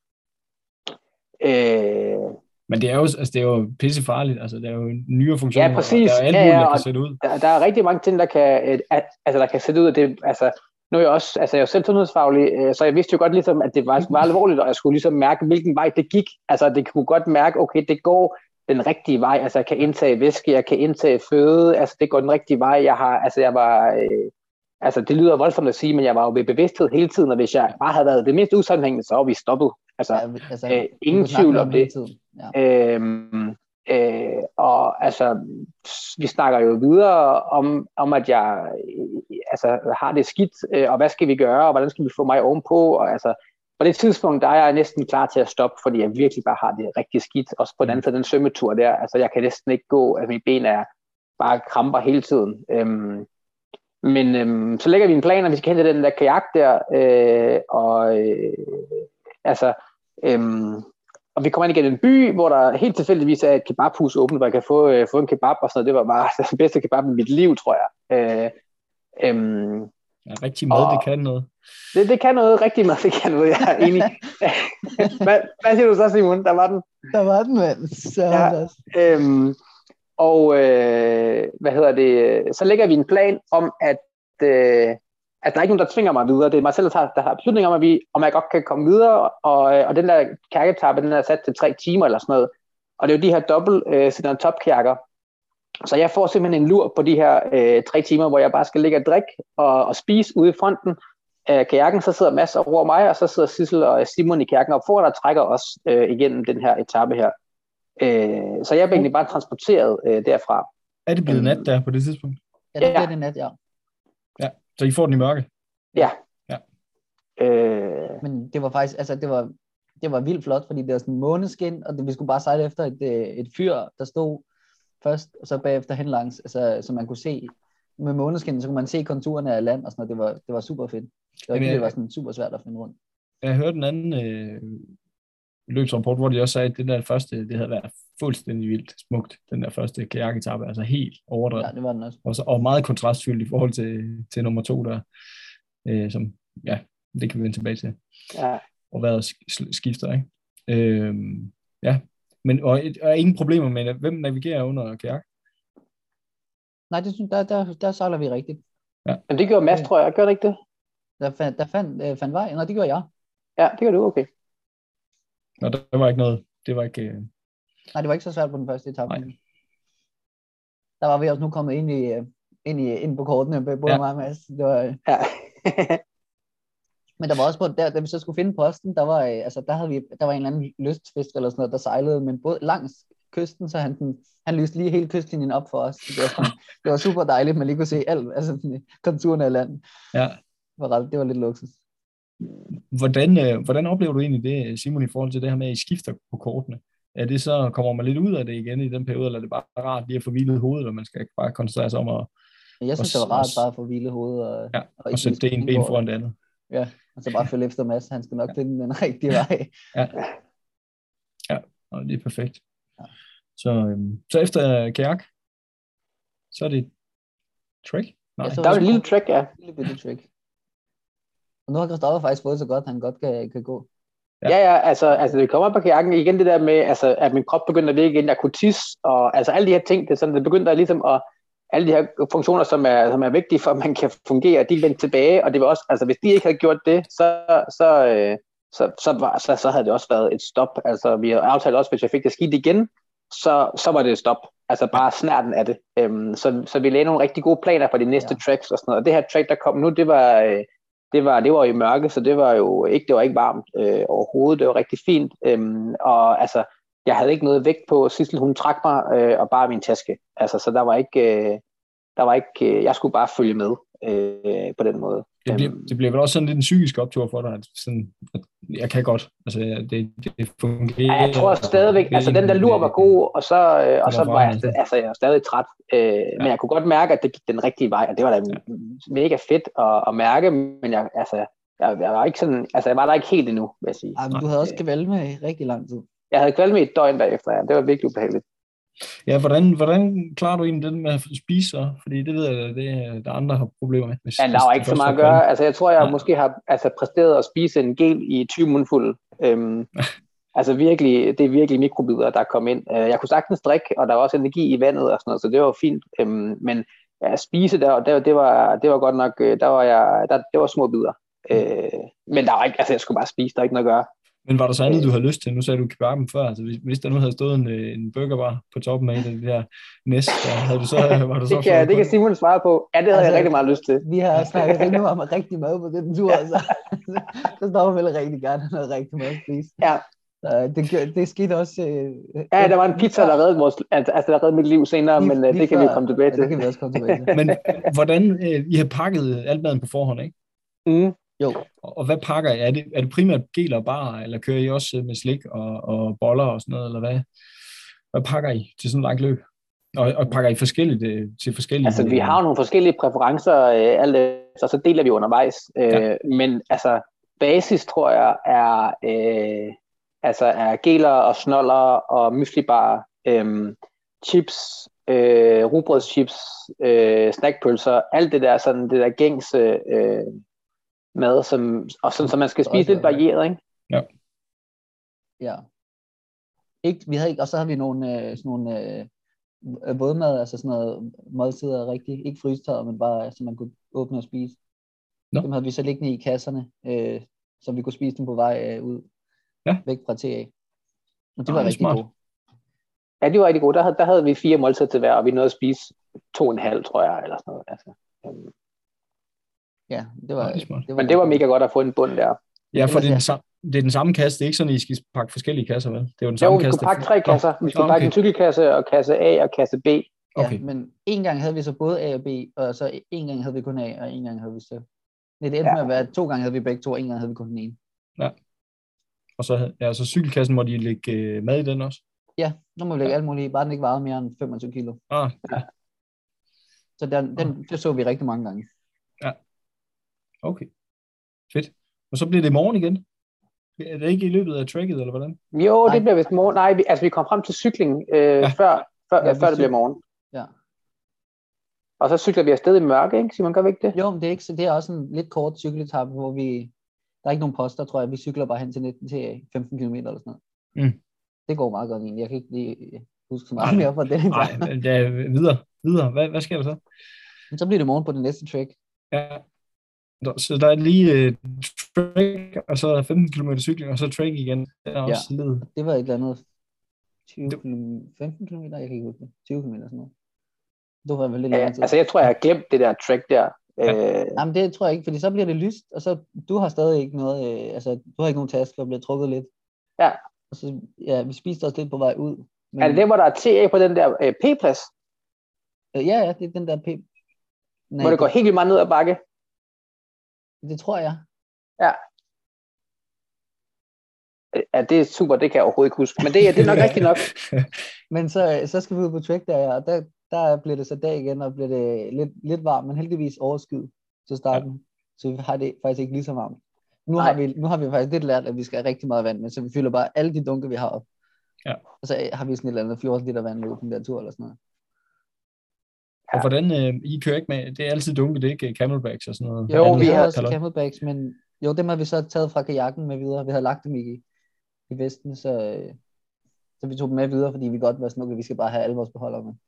A: Men det er jo pissefarligt. Altså, det er jo nyere funktioner.
C: Ja, præcis.
A: Der er alt muligt, der kan sætte ud.
C: Der er rigtig mange ting, der kan sætte ud af det. Altså, nu er jeg også, altså jeg er jo selv sundhedsfaglig, så jeg vidste jo godt ligesom, at det var alvorligt, og jeg skulle ligesom mærke, hvilken vej det gik. Altså, det kunne godt mærke, okay, det går den rigtige vej. Altså, jeg kan indtage væske, jeg kan indtage føde. Altså, det går den rigtige vej. Det lyder voldsomt at sige, men jeg var jo ved bevidsthed hele tiden, og hvis jeg bare havde været det mest usammenhængende, så var vi stoppet. Ingen tvivl om det. Og altså, vi snakker jo videre om at jeg har det skidt, og hvad skal vi gøre, og hvordan skal vi få mig ovenpå, og altså, på det tidspunkt, der er jeg næsten klar til at stoppe, fordi jeg virkelig bare har det rigtig skidt, også på den anden side den svømmetur der, altså jeg kan næsten ikke gå, altså mine ben er bare kramper hele tiden. Men så lægger vi en plan, at vi skal hente den der kajak der, og vi kommer ind igen i en by, hvor der helt tilfældigvis er et kebabhus åbent, hvor jeg kan få en kebab og sådan noget. Det var bare den bedste kebab i mit liv, tror jeg.
A: Rigtig mad, det kan noget.
C: Det kan noget, rigtig mad, det kan noget, jeg er enig. Hvad siger du så, Simon? Der var den.
B: Der var den, mand.
C: Så lægger vi en plan om, at der er ikke nogen, der tvinger mig videre. Det er mig selv, der har beslutning om, om jeg godt kan komme videre, og den der kajaketappe, den er sat til 3 timer eller sådan noget. Og det er jo de her dobbelt topkajakker. Så jeg får simpelthen en lur på de her 3 timer, hvor jeg bare skal ligge og drikke og spise ude i fronten af kajakken. Så sidder Mads og roer mig, og så sidder Sissel og Simon i kajakken op foran og trækker os igennem den her etape her. Så jeg er egentlig bare transporteret derfra.
A: Er det blevet nat der på det tidspunkt?
B: Ja, det er det nat, ja.
A: Ja, så I får den i mørke?
C: Ja.
B: Men det var faktisk, altså det var vildt flot, fordi det var sådan en måneskin, og vi skulle bare sejle efter et fyr, der stod først, og så bagefter hen langs, altså, så man kunne se med måneskin, så kunne man se konturerne af land og sådan noget. Det var super fedt. Det var sådan super svært at finde rundt.
A: Jeg hørte en anden løbsrapport, hvor de også sagde, at det der første, det havde været fuldstændig vildt smukt, den der første kajaketappe, altså helt overdrevet.
B: Ja, det var den også.
A: Og meget kontrastfyldt i forhold til nummer 2 der. som, ja, det kan vi vende tilbage til.
C: Ja.
A: Og vejret skifter, ikke? Ja, men og ingen problemer med, hvem navigerer under kajak?
B: Nej, det synes der sejler vi rigtigt.
A: Ja.
C: Men det gjorde Mads, tror jeg. Gør det ikke det?
B: Der fandt vej. Nej, det gjorde jeg.
C: Ja, det gør du, okay.
A: Nå, der var ikke noget. Det var ikke...
B: Nej, det var ikke så svært på den første etape.
A: Nej.
B: Der var vi også nu kommet ind på kortene, både mig og Mads. Det var,
C: Ja.
B: Men der var også på, da vi så skulle finde posten, der var en eller anden lystfisk eller sådan noget, der sejlede, men både langs kysten, så han lyste lige hele kystlinjen op for os. Det var super dejligt, man lige kunne se alt, altså konturerne af land.
A: Ja.
B: Det var lidt luksus.
A: Hvordan oplever du egentlig det, Simon, i forhold til det her med, at I skifter på kortene? Er det så, kommer man lidt ud af det igen i den periode, eller er det bare rart lige at få hvilet hovedet, og man skal bare koncentrere sig om at...
B: Jeg synes, det var rart bare at få hvilet hovedet.
A: Og sætte det en ben foran det andet.
B: Ja, og så bare følge efter Mads, han skal nok finde den rigtige vej.
A: Ja, og det er perfekt. Ja. Så efter kajak, så er det trek? Nej.
C: Der er et lille trek, ja.
B: Et lille bitte trek. Og nu har Christoffer faktisk fået så godt, han godt kan gå.
C: Ja, altså det kommer på kajakken igen, det der med, altså, at min krop begynder at virke igen, jeg kunne tisse, og altså alle de her ting, det begynder ligesom at, alle de her funktioner, som er vigtige for, at man kan fungere, de vendte tilbage, og det var også, altså hvis de ikke havde gjort det, så havde det også været et stop. Altså vi havde aftalt også, hvis jeg fik det skidt igen, så var det et stop. Altså bare snærten af det. Så vi lagde nogle rigtig gode planer for de næste tracks og sådan noget. Og det her track, der kom nu, det var i mørke, så det var ikke varmt overhovedet. Det var rigtig fint. Og altså, jeg havde ikke noget vægt på. Sissel, hun trak mig og bare min taske. Altså, så der var ikke, jeg skulle bare følge med på den måde.
A: Det bliver vel også sådan lidt en psykisk optur for dig, at sådan, at jeg kan godt. Altså, det fungerer.
C: Ja, jeg tror stadigvæk, altså den der lur var god, og så var jeg stadig træt. Men jeg kunne godt mærke, at det gik den rigtige vej, og det var da mega fedt at mærke, men jeg var ikke sådan, altså jeg var der ikke helt endnu, vil jeg sige.
B: Ej, men du havde også kvalme i rigtig lang tid.
C: Jeg havde kvalme i et døgn derefter, ja. Det var virkelig ubehageligt.
A: Ja, hvordan klarer du egentlig det med at spise så? Fordi det ved jeg, der andre har problemer med.
C: Ja, der var ikke så meget at gøre. Altså, jeg tror, jeg måske har præsteret at spise en gel i 20 mundfulde. Altså virkelig, det er virkelig mikrobider, der kom ind. Jeg kunne sagtens drikke, og der var også energi i vandet og sådan noget, så det var fint. Men at spise det var godt nok, det var små bidder. Men der var ikke, altså jeg skulle bare spise, der er ikke noget at gøre.
A: Men var der så andet, du havde lyst til? Nu sagde du kebaben før. Altså, hvis der nu havde stået en burgerbar på toppen af det der næst, var du så...
C: Det kan Simon svare på. Ja, det havde jeg rigtig meget lyst til.
B: Vi har snakket rigtig meget om rigtig mad på den tur, så står vel rigtig gerne noget rigtig mad at spise.
C: Ja.
B: Det skete også...
C: Ja, der var en pizza, der reddede mit liv senere, men det kan vi komme tilbage til.
B: Det kan vi også komme tilbage til.
A: Men hvordan I har pakket alt maden på forhånd, ikke?
C: Mm.
B: Jo.
A: Og hvad pakker I? Er det primært gel og bar, eller kører I også med slik og boller og sådan noget, eller hvad pakker I til sådan en lang løb? Og pakker I forskelligt til forskellige...
C: Altså, vi har nogle forskellige præferencer, og så deler vi undervejs. Men altså, basis, tror jeg, er geler og snoller og müslibar, chips, rugbrødschips, snackpølser, alt det der, sådan det der gængse... mad, som man skal spise lidt varieret, ikke?
A: Ja.
B: Ja. Vi havde ikke, og så havde vi nogle vådmad, altså sådan noget måltider rigtig, ikke frysetøjet, men bare, så man kunne åbne og spise.
A: No.
B: Dem havde vi så liggende i kasserne, så vi kunne spise dem på vej ud, væk fra TA. Og det var rigtig gode.
C: Ja, det var rigtig gode. Der havde vi 4 måltider til hver, og vi nåede at spise 2,5, tror jeg, eller sådan noget. Altså.
B: Ja, det var
C: men det var mega godt at få en bund der.
A: Ja, for det er den samme kasse. Det er ikke sådan, at I skal pakke forskellige kasser, vel? Det er jo den samme kasse.
C: Jo, vi skulle pakke 3 kasser. Vi skulle pakke en cykelkasse og kasse A og kasse B.
B: Okay. Ja, men en gang havde vi så både A og B, og så en gang havde vi kun A, og en gang havde vi så... Det endte med at være, 2 gange havde vi begge to, og en gang havde vi kun den ene.
A: Ja. Og så cykelkassen, må de lægge mad i den også?
B: Ja, så må vi lægge alt muligt, bare den ikke vejede mere end 25 kilo.
A: Ja.
B: Så det så vi rigtig mange gange.
A: Ja. Okay. Fedt. Og så bliver det i morgen igen? Er det ikke i løbet af tracket, eller hvordan?
C: Jo, det bliver vist morgen. Nej, vi kom frem til cykling før det bliver morgen.
B: Ja.
C: Og så cykler vi afsted i mørke, ikke? Simon, gør vi ikke det?
B: Jo, men det er også en lidt kort cykeletappe, hvor der er ikke nogen poster, tror jeg. Vi cykler bare hen til 15 km eller sådan noget. Det går meget godt egentlig. Jeg kan ikke lige huske så meget mere fra det.
A: Nej, det er videre. Hvad sker der så?
B: Men så bliver det morgen på den næste trek.
A: Ja. Så der er lige trek, og så 15 km cykling, og så trek igen. Det er også led.
B: Det var et eller andet 15 km, jeg kan ikke huske det. 20 km sådan noget. Det var vel lidt længere tid.
C: Altså jeg tror, jeg har glemt det der trek der.
B: Jamen det tror jeg ikke, fordi så bliver det lyst, og så du har stadig ikke noget, du har ikke nogen taske, og bliver trukket lidt.
C: Ja.
B: Og så, vi spiste også lidt på vej ud.
C: Men... Er det hvor der er TA på den der P-plads?
B: Ja, det er den der P.
C: Hvor det går helt vildt meget ned ad bakke?
B: Det tror jeg.
C: Ja. Ja, det er super, det kan jeg overhovedet ikke huske. Men det er nok rigtigt nok.
B: Men så skal vi ud på trek der, og der bliver det så dag igen, og bliver det lidt varmt, men heldigvis overskyet til starten. Ja. Så vi har det faktisk ikke lige så varmt. Nu har vi faktisk lidt lært, at vi skal have rigtig meget vand med, så vi fylder bare alle de dunke, vi har op.
A: Ja.
B: Og så har vi sådan et eller andet 14 liter vand med på den der tur eller sådan noget.
A: Og hvordan, I kører ikke med, det er altid dunke, det er ikke camelbacks og sådan noget?
B: Jo, vi har også camelbacks, men jo, dem har vi så taget fra kajakken med videre. Vi havde lagt dem i vesten, så vi tog dem med videre, fordi vi godt var sådan, okay, vi skal bare have alle vores beholder med.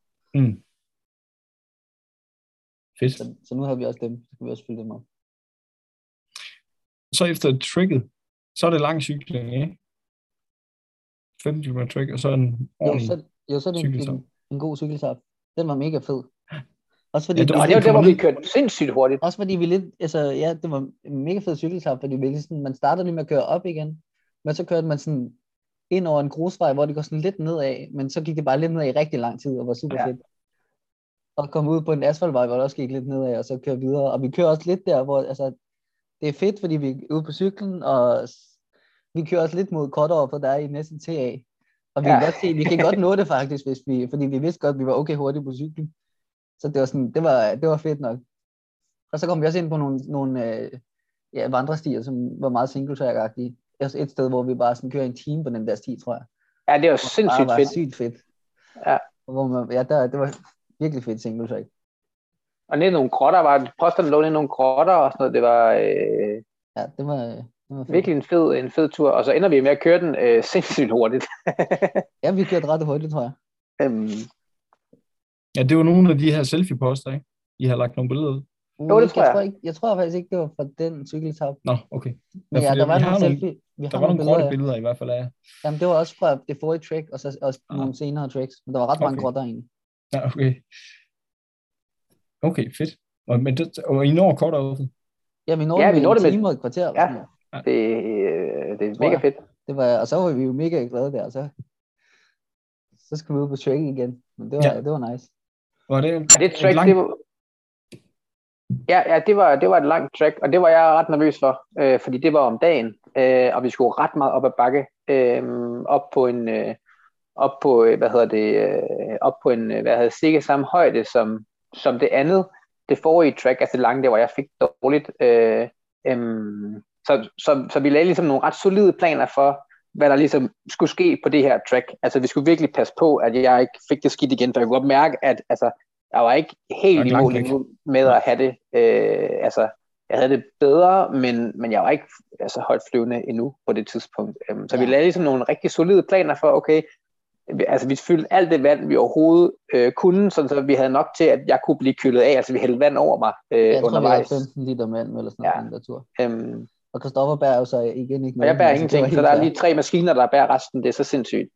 A: Fedt.
B: Så nu har vi også dem, så kan vi også fylde dem op.
A: Så efter tricket, så er det lang cykling, ikke? 15 km trick, og så en ordentlig
B: så er det en god cykeltap. Den var mega fed. Også fordi,
C: det var der, hvor vi kørte sindssygt hurtigt.
B: Også fordi vi lidt, det var en mega fed cykeltap, fordi vi sådan, man starter lige med at køre op igen, men så kørte man sådan ind over en grusvej, hvor det går sådan lidt nedad, men så gik det bare lidt nedad i rigtig lang tid, og var super fedt. Og komme ud på en asfaltvej, hvor det også gik lidt nedad, og så køre videre. Og vi kører også lidt der, hvor det er fedt, fordi vi er ude på cyklen, og vi kører også lidt mod Kortår, for der er i næsten TA. Og vi kan godt se, vi kan godt nå det faktisk, fordi vi vidste godt, at vi var okay hurtigt på cyklen. Så det var sådan, det var fedt nok. Og så kom vi også ind på nogle vandrestier, som var meget single-track-agtige. Også et sted, hvor vi bare sådan kører en time på den der sti, tror jeg.
C: Ja, det var sindssygt fedt.
B: Sygt fedt.
C: Ja.
B: Hvor det var virkelig fedt single-track.
C: Og ned i nogle grotter, posterne lå ned i nogle grotter og sådan noget, det var...
B: Ja, det var
C: virkelig en fed tur, og så ender vi med at køre den sindssygt hurtigt.
B: Ja, vi kørte ret hurtigt, tror jeg.
A: Ja, det var nogle af de her selfie-poster, ikke? I har lagt nogle billeder ud.
C: Jo, det tror jeg.
B: Jeg tror faktisk ikke, det var fra den cykeltap.
A: Nå, okay.
B: Men der var nogle selfie.
A: Der var nogle grotte billeder i hvert fald af.
B: Jamen, det var også fra det forrige track, og så også nogle senere tracks. Men der var ret mange grotter egentlig.
A: Ja, okay. Okay, fedt. Og I når kort åbent?
B: Ja, vi når det med en time og et kvarter.
C: Ja, det er mega fedt.
B: Og så var vi jo mega glade der, så skal vi ud på track igen. Men det var nice.
A: Var
C: det track, det var... Ja, det var et langt track, og det var jeg ret nervøs for, fordi det var om dagen, og vi skulle ret meget op ad bakke, op på en cirka samme højde som det andet, det forrige track, altså det lange der, hvor jeg fik dårligt. Så vi lagde ligesom nogle ret solide planer for, hvad der ligesom skulle ske på det her track. Altså vi skulle virkelig passe på, at jeg ikke fik det skidt igen, for jeg kunne godt mærke, at jeg var ikke helt i mål med at have det. Jeg havde det bedre, men jeg var ikke højt flyvende endnu på det tidspunkt. Så vi lavede ligesom nogle rigtig solide planer for, okay, vi fyldte alt det vand, vi overhovedet kunne, så vi havde nok til, at jeg kunne blive kølet af. Altså vi hældte vand over mig undervejs.
B: Jeg tror, vi havde 15 liter vand eller sådan noget der tur. Og Christoffer bærer jo så igen ikke
C: noget. Og jeg bærer ingenting, så der er lige 3 maskiner, der bærer resten. Det er så sindssygt.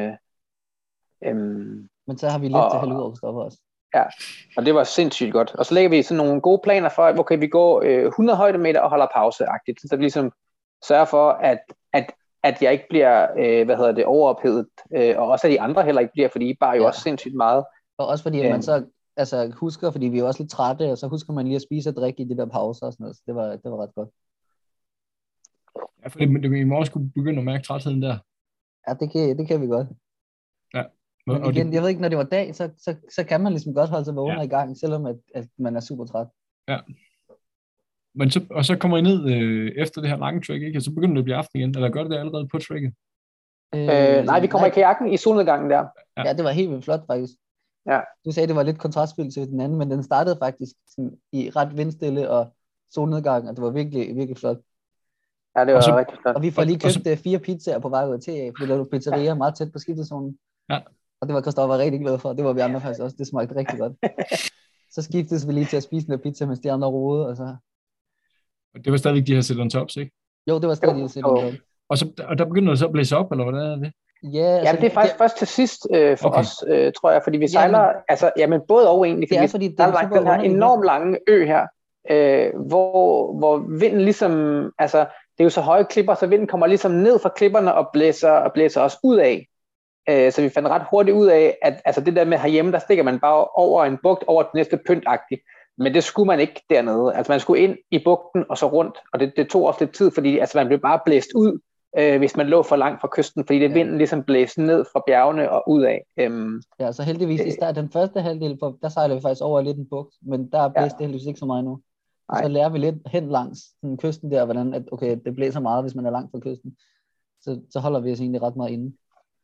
B: Men så har vi lidt til helvede over Christoffer også.
C: Ja, og det var sindssygt godt. Og så lægger vi sådan nogle gode planer for, at okay, vi går 100 højdemeter og holder pause-agtigt, så vi ligesom sørger for, at jeg ikke bliver, overophedet, og også at de andre heller ikke bliver, fordi I bare jo også sindssygt meget.
B: Og også fordi, at man så husker, fordi vi er også lidt trætte, og så husker man lige at spise og drikke i de der pauser og sådan noget, så det var ret godt.
A: Ja, fordi I må også kunne begynde at mærke trætheden der.
B: Ja, det kan vi godt.
A: Ja.
B: Men igen, jeg ved ikke, når det var dag, så kan man ligesom godt holde sig vågen i gang, selvom at man er super træt.
A: Ja. Men så kommer I ned efter det her lange track, ikke? Og så begynder det at blive aften igen, eller gør det allerede på tracket?
C: Nej, vi kommer i kajakken i solnedgangen der.
B: Ja, det var helt vildt flot faktisk.
C: Ja.
B: Du sagde, det var lidt kontrastfyldt til den anden, men den startede faktisk sådan, i ret vindstille og solnedgang, og det var virkelig, virkelig flot.
C: Ja, det var rigtig flot.
B: Og vi får lige købt 4 pizzaer på vej ud til, fordi der var pizzeria meget tæt på skiftezonen.
A: Ja.
B: Og det var Christoffer rigtig glad for, det var vi andre faktisk også, det smagte rigtig godt. Så skiftes vi lige til at spise den der pizza, mens de andre rode, og så...
A: Og det var stadigvæk de her sit on tops, ikke?
B: Jo, det var stadig de sit on top.
A: Og der begynder det så at blæse op, eller hvordan er det?
B: Ja, altså,
C: jamen, det er faktisk først til sidst for os, tror jeg, fordi vi sejler, jamen både og egentlig, fordi
B: fordi
C: der er langt den her enormt lange ø her, hvor vinden ligesom, altså det er jo så høje klipper, så vinden kommer ligesom ned fra klipperne og blæser os ud af. Så vi fandt ret hurtigt ud af, at altså det der med herhjemme, der stikker man bare over en bugt, over det næste pyntagtigt. Men det skulle man ikke dernede. Altså man skulle ind i bugten og så rundt, og det tog også lidt tid, fordi altså man blev bare blæst ud, hvis man lå for langt fra kysten, fordi det vinden ligesom blæste ned fra bjergene og ud af.
B: Ja, så heldigvis i start, den første halvdel, der sejler vi faktisk over lidt en bugt, men der blæste det heldigvis ikke så meget nu. Og så lærer vi lidt hen langs kysten der, hvordan at, okay, det blæser meget, hvis man er langt fra kysten. Så holder vi os egentlig ret meget inde.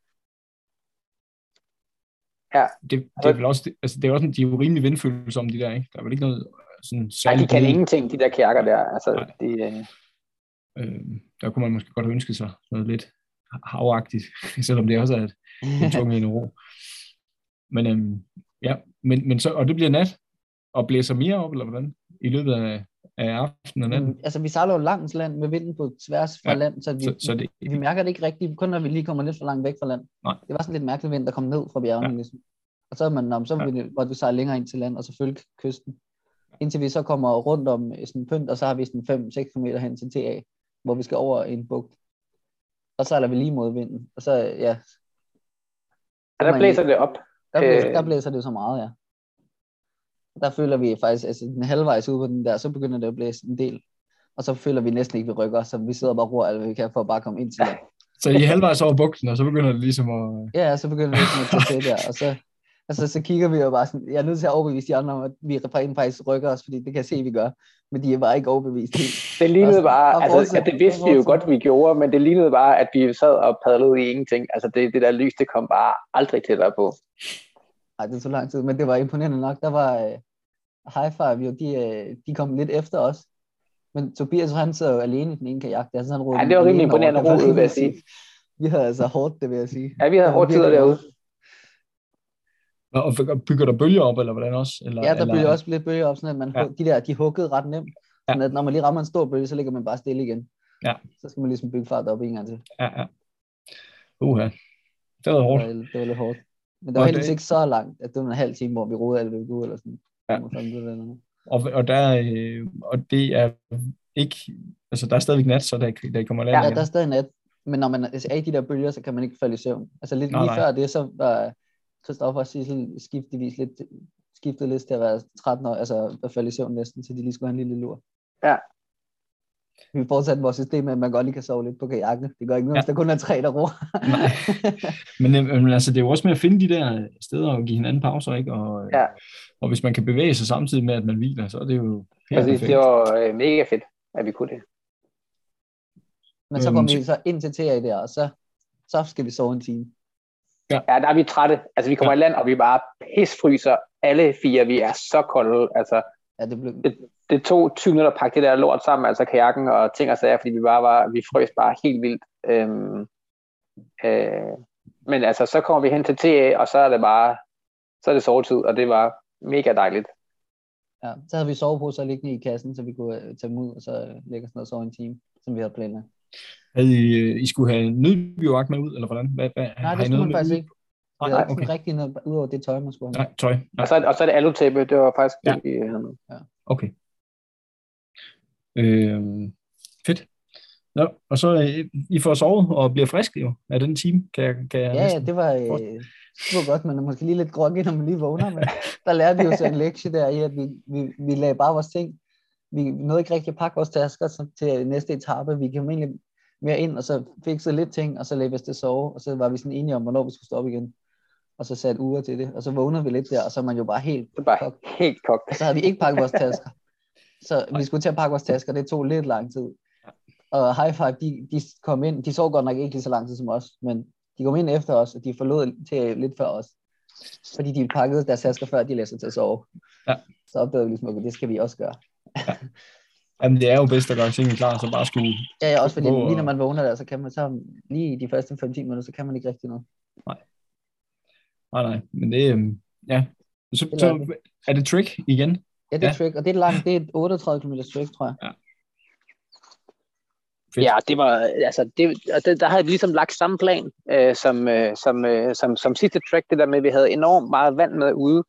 A: Ja. Det er vel også, altså det er også, de er jo rimelig vindfølsomme, de der, ikke? Der er vel ikke noget sådan
C: særligt... Nej, de kan ingenting, de der kærker der. Altså,
A: der kunne man måske godt ønske sig noget lidt havagtigt, selvom det også er en tung en ro. Men ja, men så, og det bliver nat, og blæser mere op, eller hvordan? I løbet af aftenen og natten?
B: Altså, vi sejler jo langs land med vinden på tværs fra land, så vi mærker det ikke rigtigt, kun når vi lige kommer lidt for langt væk fra land.
A: Nej.
B: Det var sådan lidt mærkelig vind, der kom ned fra bjergene, ligesom. Og så måtte vi sejle længere ind til land, og så følge kysten. Indtil vi så kommer rundt om sådan en pynt, og så har vi sådan 5-6 km hen til TA, hvor vi skal over en bugt. Og så sejler vi lige mod vinden. Og så, ja.
C: Og der blæser det op.
B: Der blæser det jo så meget, ja. Der føler vi faktisk, altså den halvvejs ude på den der, så begynder det at blæse en del. Og så føler vi næsten ikke, vi rykker, så vi sidder bare og roer alt, hvad vi kan, for at bare komme ind til det.
A: Så I halvvejs over bugten, og så begynder det ligesom at...
B: Ja, så begynder det ligesom at tage der, og så kigger vi jo bare sådan, jeg er nødt til at overbevise de andre om, at vi faktisk rykker os, fordi det kan jeg se, vi gør, men de er bare ikke overbevist.
C: Det lignede bare, altså at det vidste vi jo godt, vi gjorde, men det lignede bare, at vi sad og padlede i ingenting. Altså det der lys, det kom bare aldrig tættere på.
B: Nej, det tog lang tid, men det var imponerende nok. Der var High Five, jo, de kom lidt efter os. Men Tobias, han sidder jo alene i den ene kajak. Det
C: var rimelig imponerende ro, vil jeg sige.
B: Vi havde altså hårdt, det vil jeg sige.
C: Ja, vi havde hårdt tider derude.
A: Og bygger der bølger op, eller hvordan også? Eller,
B: ja, der bygger også lidt bølger op, sådan at man, de huggede ret nemt. Sådan at når man lige rammer en stor bølge, så ligger man bare stille igen.
A: Ja.
B: Så skal man ligesom bygge fart op en gang til.
A: Ja. Det var hårdt.
B: Det var lidt hårdt. Men det var heldigvis ikke så langt, at det var en halv time, hvor vi rodede alle ved eller sådan.
A: Ja. Og det er ikke, altså der er stadigvis nat, så der kommer land.
B: Ja, der er stadig nat, men når man er i de der bølger, så kan man ikke falde i søvn. Altså lige før det, så var Christoffer skiftede lidt til at være 13 år, altså at falde i søvn næsten, så de lige skulle have en lille lur.
C: Ja.
B: Vi fortsatte vores system med, at man godt lige kan sove lidt på kajakken. Det gør ikke noget, hvis der kun er 3, der roer.
A: men altså, det er jo også med at finde de der steder og give hinanden pauser, ikke? Og hvis man kan bevæge sig samtidig med, at man hviler, så er det jo helt perfekt.
C: Det var mega fedt, at vi kunne det.
B: Men så kom vi så ind til TA der, og så skal vi sove en time.
C: Ja, der er vi trætte. Altså, vi kommer i land, og vi bare pisfryser. Alle 4, vi er så kolde. Altså,
B: ja,
C: det tog 20 minutter at pakke det der lort sammen, altså kajakken og ting og sager, fordi vi frøs bare helt vildt. Men altså, så kommer vi hen til TA, og så er det sovetid, og det var mega dejligt.
B: Ja, så havde vi soveposer liggende i kassen, så vi kunne tage dem ud, og så lægge os ned og sove en time, som vi havde planlagt.
A: Havde I skulle have nødbivagt med ud, eller hvordan?
B: Nej, det skulle man faktisk ikke. Det var ikke rigtig noget, udover det tøj, man skulle have.
A: Nej, tøj.
C: Og så er det alutæppe, det var faktisk det, vi havde med.
B: Ja.
A: Okay. Fedt. Ja, og så I får sovet og bliver friske jo af den time, kan jeg
B: ja, det var godt, men måske lige lidt groggy, når man lige vågner, men der lærte vi jo så en lektie der i, at vi lagde bare vores ting. Vi nåede ikke rigtig at pakke vores tasker til næste etape. Vi kom egentlig mere ind, og så fikset lidt ting, og så lagde vi os til at sove, og så var vi sådan enige om, hvornår vi skulle stoppe igen. Og så satte uger til det, og så vågnede vi lidt der, og så er man jo bare helt
C: kogt.
B: Og så havde vi ikke pakket vores tasker. Så vi skulle til at pakke vores tasker, det tog lidt lang tid. Og High Five, de kom ind, de sov godt nok ikke lige så lang tid som os, men de kom ind efter os, og de forlod til lidt før os. Fordi de pakkede deres tasker før, de læste til at sove.
A: Ja.
B: Så opdagede vi ligesom, at det skal vi også gøre.
A: Ja. Jamen, det er jo bedst at gøre tingene klar, så bare skulle...
B: Ja, også fordi
A: gå
B: lige når man vågner der, så kan man så lige de første 5-10 minutter, så kan man ikke rigtig noget.
A: Nej, men det... Ja. Så er det trick igen?
B: Ja, det er trick, og det er langt, det er et 38 km trick, tror jeg.
A: Ja.
C: Fedt. Ja, det var, altså, der havde vi ligesom lagt samme plan, som sidste track, det der med, at vi havde enormt meget vand med ude,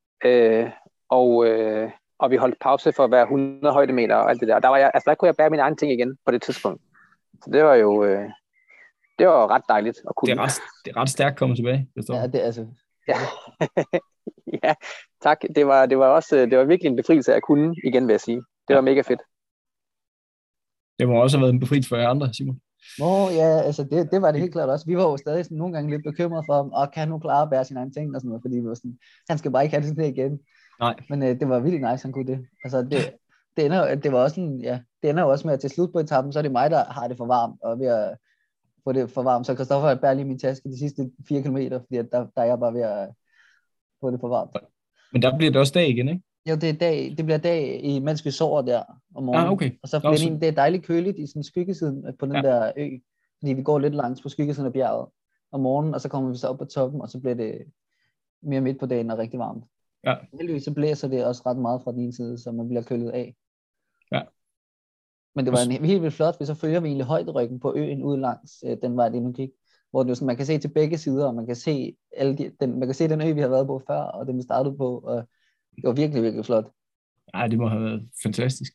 C: og vi holdt pause for at være 100 højdemeter og alt det der. Der kunne jeg bære mine egne ting igen på det tidspunkt. Så det var jo, det var ret dejligt at kunne.
A: Det er ret stærkt kommet tilbage.
B: Ja, det er altså.
C: Ja. Ja, tak. Det var virkelig en befrielse at kunne igen, vil jeg sige. Det var mega fedt.
A: Det må også have været en befrielse for jer andre, Simon.
B: Ja, altså det var det helt klart også. Vi var jo stadig sådan, nogle gange lidt bekymrede for ham, og kan han nu klare at bære sine egne ting og sådan noget, fordi vi var sådan, han skal bare ikke have det sådan igen.
A: Nej.
B: Men det var virkelig nice, han kunne det. Altså det var også sådan, ja, det ender jo også med, at til slut på etappen, så er det mig, der har det for varmt, og ved at få det for varmt. Så Christoffer bærer lige min taske de sidste 4 kilometer, fordi der er jeg bare ved at få det for varmt.
A: Men der bliver det også dag igen, ikke?
B: Jo, det bliver dag, mens vi sover der om morgenen.
A: Okay.
B: Og så bliver det er dejligt køligt i sådan skyggesiden på den der ø, fordi vi går lidt langs på skyggesiden af bjerget om morgenen, og så kommer vi så op på toppen, og så bliver det mere midt på dagen og rigtig varmt.
A: Ja.
B: Heldigvis så blæser det også ret meget fra den ene side, så man bliver kølet af.
A: Ja.
B: Men det var helt vildt flot, for så følger vi egentlig højderyggen på øen ud langs den vej, det nu gik, hvor det sådan, man kan se til begge sider, og man kan se man kan se den ø, vi har været på før, og den vi startede på, og det var virkelig, virkelig flot.
A: Ej, det må have været fantastisk.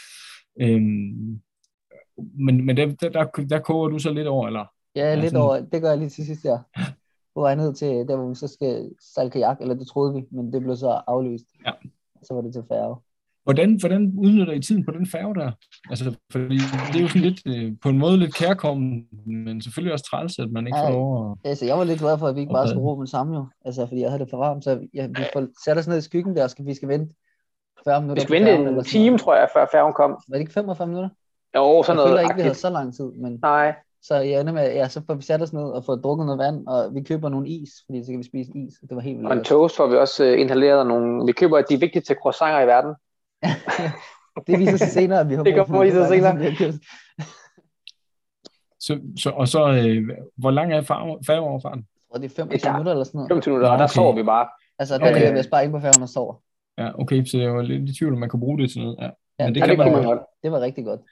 A: Men der koger du så lidt over, eller?
B: Ja, lidt sådan... over. Det gør jeg lige til sidst, ja. På vej ned til der, hvor vi så skal sejle kajak, eller det troede vi, men det blev så aflyst.
A: Ja.
B: Så var det til færge.
A: Hvordan udnytter I tiden på den færge der? Altså, fordi det er jo sådan lidt, på en måde lidt kærkommen, men selvfølgelig også træls, at man ikke får lov at...
B: Altså, jeg var lidt glad for, at vi ikke bare skulle ro med samme jo. Altså, fordi jeg havde det for varmt, så vi får sat os ned i skyggen der, og vi skal vente 40 minutter.
C: Vi skal vente en time, tror jeg, før færgen kom.
B: Var det ikke 45 minutter?
C: Jo, sådan noget.
B: Jeg føler ikke, vi havde så lang tid, men...
C: Nej.
B: Så så får vi sat os ned og fået drukket noget vand, og vi køber nogle is, fordi så kan vi spise is. Det var helt vildt.
C: Og en toast, hvor vi også inhaleret nogle... Vi køber de vigtigste croissanter i verden.
B: Det viser sig senere, at vi har
C: det kommer lige så senere.
A: Hvor lang er færgeoverfarten?
B: Og det er 25 minutter eller sådan noget.
C: 25 minutter, og der sover vi bare.
B: Altså, der ligger vi os bare inde på færgen og sover.
A: Ja, okay, så jeg var lidt i tvivl, om man kan bruge det til noget.
B: Ja,
A: men
C: det kan man godt.
B: Det var rigtig godt.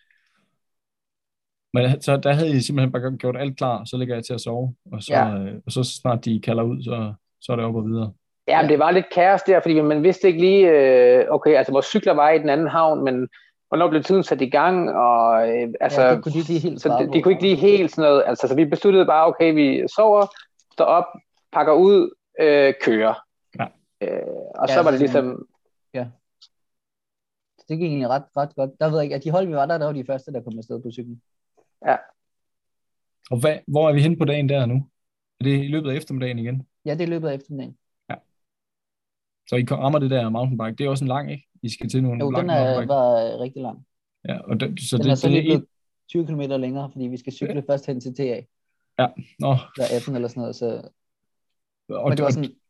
A: Men så der havde I simpelthen bare gjort alt klar, så ligger jeg til at sove, og så snart de kalder ud, så er det op og videre.
C: Ja, men det var lidt kaos der, fordi man vidste ikke lige, okay, altså vores cykler var i den anden havn, men hvornår blev tiden sat i gang, og altså,
B: det kunne de ikke lige helt
C: så de kunne ikke lige helt sådan noget, altså så vi besluttede bare, okay, vi sover, står op, pakker ud, kører.
A: Ja.
C: Og så var det ligesom...
B: Ja. Det gik egentlig ret godt. Der ved jeg ikke, at de hold, vi var der var de første, der kom afsted på cyklen.
C: Ja.
A: Og hvor er vi henne på dagen der nu? Er det i løbet af eftermiddagen igen?
B: Ja, det er i løbet af eftermiddagen.
A: Ja. Så I rammer det der mountainbike. Det er også en lang, ikke? I skal til nogle
B: lange mountainbike. Jo, den var rigtig lang.
A: Ja, og den
B: er så lige 20 km længere, fordi vi skal cykle først hen til TA.
A: Ja.
B: Der er 18 eller sådan noget, så... Men det var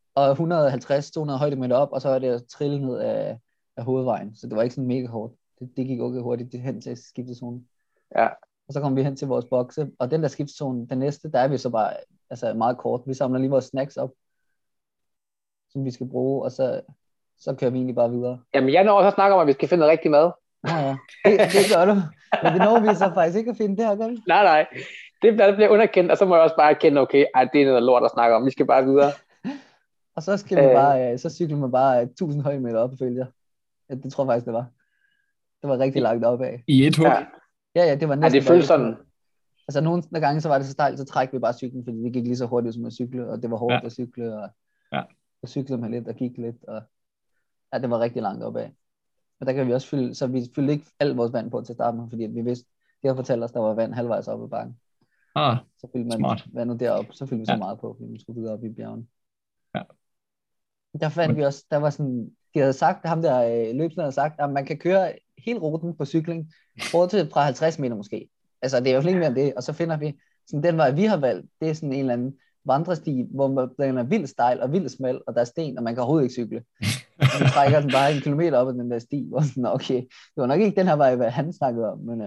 B: sådan 150-200 højdemeter op, og så er det at trille ned af hovedvejen. Så det var ikke sådan mega hårdt. Det gik okay hurtigt hen til skiftezonen.
C: Ja.
B: Og så kom vi hen til vores bokse, og den der skiftzone, den næste, der er vi så bare meget kort. Vi samler lige vores snacks op, som vi skal bruge, og så kører vi egentlig bare videre.
C: Jamen, jeg når også at snakke om, at vi skal finde noget rigtig mad.
B: Ja. Det gør du. Men det når vi så faktisk ikke at finde det her, gør vi?
C: Nej. Det bliver underkendt, og så må jeg også bare erkende, okay, det er noget lort at snakke om. Vi skal bare videre.
B: Og så skal vi bare, så cykler man bare 1000 højmeter op og følger. Ja, det tror jeg faktisk, det var. Det var rigtig langt opad.
A: I et hug?
B: Ja, det var næsten.
C: Ja, det føltes sådan.
B: Altså nogle gange, så var det så stejlt, så træk vi bare cyklen, fordi det gik lige så hurtigt som at cykle, og det var hårdt at cykle, og så cyklede man lidt og gik lidt, og det var rigtig langt opad. Og der kan vi også fylde, så vi fyldte ikke alt vores vand på til starten, fordi vi vidste, det har fortalt os, der var vand halvvejs op ad bakken. Så fyldte man
A: smart.
B: vandet derop, så fyldte vi så meget på, fordi vi skulle videre op i bjergene.
A: Ja.
B: Der fandt vi også, der var sådan, de havde sagt, ham der løbslederen havde sagt, at man kan køre hele ruten på cykling, bortset fra 50 meter måske. Altså det er i hvert fald ikke mere end det, og så finder vi, sådan den vej vi har valgt, det er sådan en eller anden vandresti, hvor den er vildt stejl og vildt smal, og der er sten, og man kan overhovedet ikke cykle. Og så trækker den bare 1 kilometer op ad den der sti, hvor sådan, okay, det var nok ikke den her vej, hvad han snakkede om, men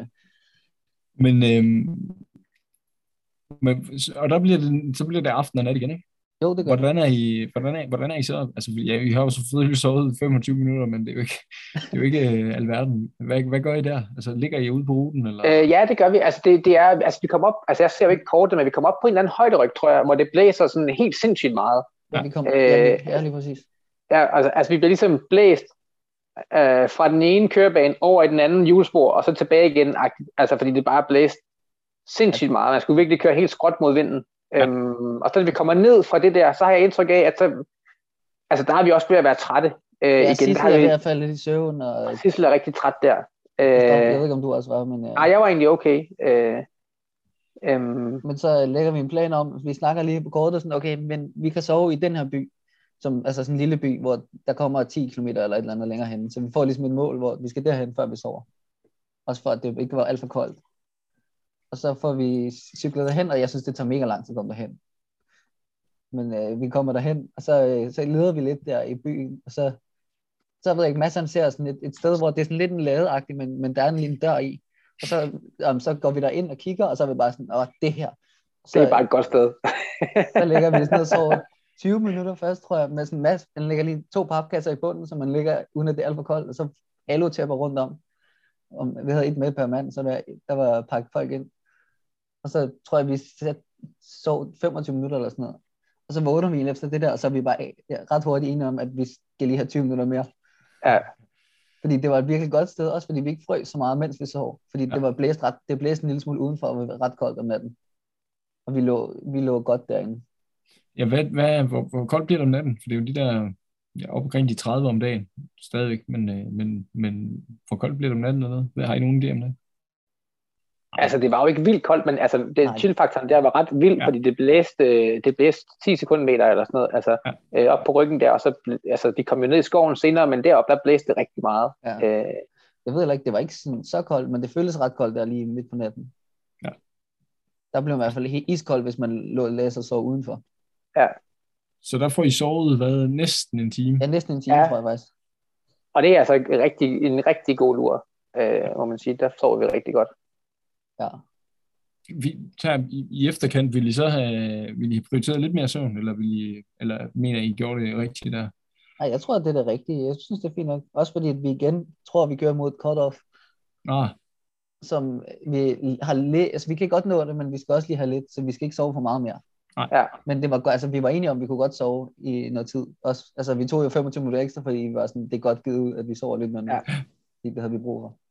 A: og så bliver det aften og nat igen, ikke?
B: jo, det gør det.
A: Hvordan er I så? Altså, ja, I har jo selvfølgelig sovet 25 minutter, men det er jo ikke alverden. Hvad gør I der? Altså, ligger I ude på ruten? Eller?
C: Ja, det gør vi. Altså, det er, altså, vi kommer op, altså, jeg ser jo ikke kortet, men vi kommer op på en eller anden højderyg, tror jeg, hvor det blæser sådan helt sindssygt meget.
B: Ja, vi kom, lige præcis.
C: Ja, altså, vi bliver ligesom blæst fra den ene kørebane over i den anden hjulspor, og så tilbage igen, altså, fordi det bare blæst sindssygt meget. Man skulle virkelig køre helt skråt mod vinden. Ja. Og så når vi kommer ned fra det der, så har jeg indtryk af, at altså, der er vi også ved at være trætte. Igen.
B: Sissel er ved at falde lidt i søvn. Og
C: Sissel er rigtig træt der.
B: Jeg ved ikke, om du også var, men...
C: Nej, jeg var egentlig okay.
B: Men så lægger vi en plan om, vi snakker lige på kortet, sådan, okay, men vi kan sove i den her by, som, altså sådan en lille by, hvor der kommer 10 km eller et eller andet længere hen. Så vi får ligesom et mål, hvor vi skal derhen, før vi sover. Også for, at det ikke var alt for koldt. Og så får vi cyklet derhen, og jeg synes, det tager mega lang tid at komme derhen. Men vi kommer derhen, og så leder vi lidt der i byen, og så ved jeg ikke, Mads ser sådan et sted, hvor det er sådan lidt en ladeagtigt, men der er en lille dør i. Og så går vi der ind og kigger, og så er vi bare sådan, det her. Så,
C: det er bare et godt sted.
B: Så lægger vi sådan noget så 20 minutter først, tror jeg, med sådan en masse, den lægger lige 2 papkasser i bunden, så man ligger, uden at det er alt for koldt, og så alutæpper rundt om. Vi havde et med per mand, så der var pakket folk ind. Og så tror jeg, vi sov 25 minutter eller sådan noget. Og så vågner vi efter det der, og så er vi bare ret hurtigt enige om, at vi skal lige have 20 minutter mere.
C: Ja.
B: Fordi det var et virkelig godt sted, også fordi vi ikke frøs så meget, mens vi sov. Fordi det blæste en lille smule udenfor, og var ret koldt om natten. Og vi lå godt derinde.
A: Ja, hvor koldt bliver det om natten? For det er jo de der, op omkring de 30 om dagen, stadigvæk. Men hvor koldt bliver det om natten eller noget? Har I nogen idé om det?
C: Altså, det var jo ikke vildt koldt, men altså, chillfaktoren der var ret vild, fordi det blæste 10 sekundmeter eller sådan noget, altså, op på ryggen der, og så, altså, de kom jo ned i skoven senere, men deroppe, der blæste det rigtig meget.
B: Ja. Jeg ved heller ikke, det var ikke så koldt, men det føltes ret koldt der lige midt på natten.
A: Ja.
B: Der blev i hvert fald helt iskoldt, hvis man lå og læser og sov udenfor.
C: Ja.
A: Så der får I sovet, næsten en time?
B: Ja, næsten en time, tror jeg faktisk.
C: Og det er altså en rigtig god lur, må man sige. Der sover vi rigtig godt.
B: Ja.
A: I efterkant, vil I prioriteret lidt mere søvn, eller mener I gjorde det rigtigt der?
B: Nej, jeg tror, at det er det rigtige. Jeg synes, det er fint nok. Også fordi, at vi igen tror, at vi kører mod cut-off. Som vi har altså vi kan godt nå det, men vi skal også lige have lidt, så vi skal ikke sove for meget mere.
A: Ja.
B: Men det var godt, altså vi var enige om, at vi kunne godt sove i noget tid. Også, altså vi tog jo 25 minutter ekstra, fordi vi var sådan, det er godt givet ud, at vi sover lidt mere. Det havde vi brug for.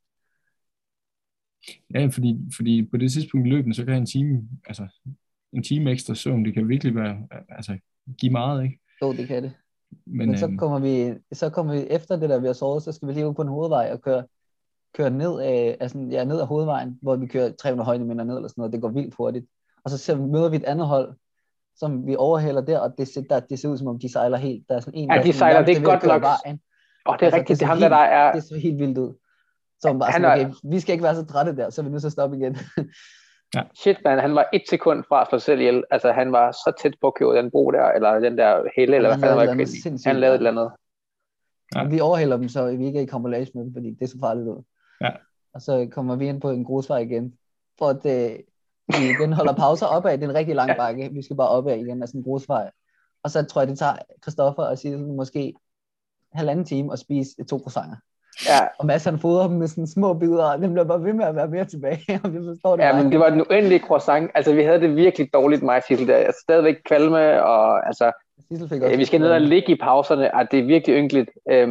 A: Ja, fordi på det tidspunkt i løbet, så kan en time ekstra søvn, det kan virkelig være, altså give meget, ikke?
B: Jo, det kan det. Men så kommer vi efter det der, vi har sovet, så skal vi lige ud på en hovedvej og køre ned ad hovedvejen, hvor vi kører 300 højdemeter ned eller sådan noget. Det går vildt hurtigt. Og så møder vi et andet hold, som vi overhælder der, og det ser ud som om de sejler helt. Der er sådan en,
C: de sejler, det er godt nok. Det er rigtigt, det er ham, der er.
B: Det ser helt vildt ud. Så bare sådan, okay, vi skal ikke være så trætte der, så er vi nødt til at stoppe igen.
C: Ja. Shit, man, han var 1 sekund fra at slå sig selv ihjel. Altså, han var så tæt på at købe den bro der, eller den der helle, eller hvad fanden var. Han lavede et eller andet.
B: Ja. Vi overhælder dem, så vi ikke er i kampolage med dem, fordi det er så farligt ud.
A: Ja.
B: Og så kommer vi ind på en grusvej igen, for at vi igen holder pauser opad. Det er en rigtig lang bakke. Vi skal bare opad igen af sådan en grusvej. Og så tror jeg, det tager Christoffer og siger måske 1,5 time at spise 2 croissanter.
C: Ja.
B: Og Mads han fodrer dem med sådan små bidder, og den bliver bare ved med at være mere tilbage. Og vi forstår det
C: ja, men det var den uendelige croissant. Altså, vi havde det virkelig dårligt, mig og Sissel der. Altså, stadigvæk kvalme, og altså, vi skal ned og ligge i pauserne, og det er virkelig ynkeligt.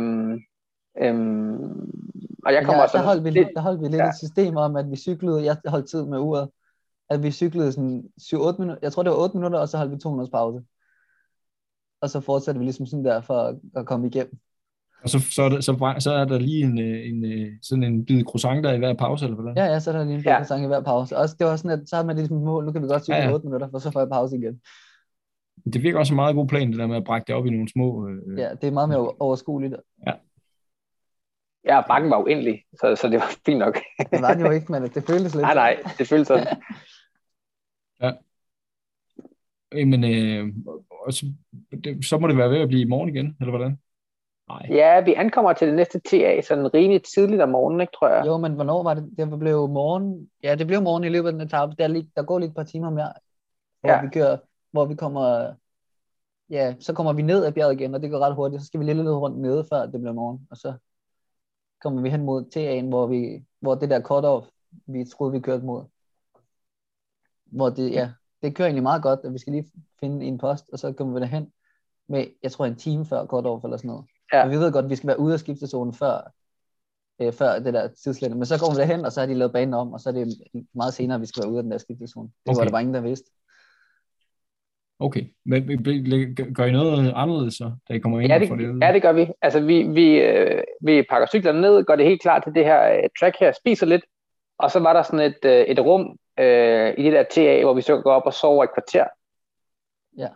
C: Og jeg kommer også...
B: Der holdt vi lidt et system om, at vi cyklede, jeg holdt tid med uret, at vi cyklede sådan 7-8 minutter, jeg tror det var 8 minutter, og så holdt vi 2 minutters pause. Og så fortsatte vi ligesom sådan der, for at komme igennem.
A: Og så er der lige sådan en bid croissant der i hver pause, eller hvordan?
B: Ja, så er der lige en bid croissant i hver pause. Og det var sådan, at så havde man ligesom mål, nu kan vi godt cykle 8 minutter, for så får jeg pause igen.
A: Det virker også en meget god plan, det der med at brække det op i nogle små...
B: Ja, det er meget mere overskueligt.
A: Ja.
C: Ja, bakken var uendelig, så det var fint nok.
B: Det var det jo ikke, men det føltes lidt.
C: Nej, det føltes sådan.
A: Ja. Men og så må det være ved at blive i morgen igen, eller hvordan? Nej.
C: Ja, vi ankommer til det næste TA sådan rimelig tidligt om morgenen, ikke, tror jeg.
B: Jo, men hvornår var det? Det blev morgen. Ja, det blev morgen i løbet af den etape. Der går lige et par timer mere, hvor vi kører, hvor vi kommer... Ja, så kommer vi ned ad bjerget igen, og det går ret hurtigt. Så skal vi lidt rundt nede, før det bliver morgen. Og så kommer vi hen mod TA'en, hvor det der cut-off, vi troede, vi kørte mod. Hvor det kører egentlig meget godt, at vi skal lige finde en post, og så kommer vi derhen med, jeg tror, en time før cut-off eller sådan noget. Ja. Og vi ved godt, at vi skal være ude af skiftezonen før det der tidslængde. Men så går vi derhen, og så har de lavet banen om, og så er det meget senere, at vi skal være ude af den der skiftezone. Det var der bare ingen, der vidste.
A: Okay, men gør I noget anderledes så, da I kommer ind?
C: Ja, det gør vi. Altså, vi pakker cyklerne ned, gør det helt klart til det her track her, spiser lidt, og så var der sådan et rum i det der TA, hvor vi så går op og sover et kvarter.
B: Ja.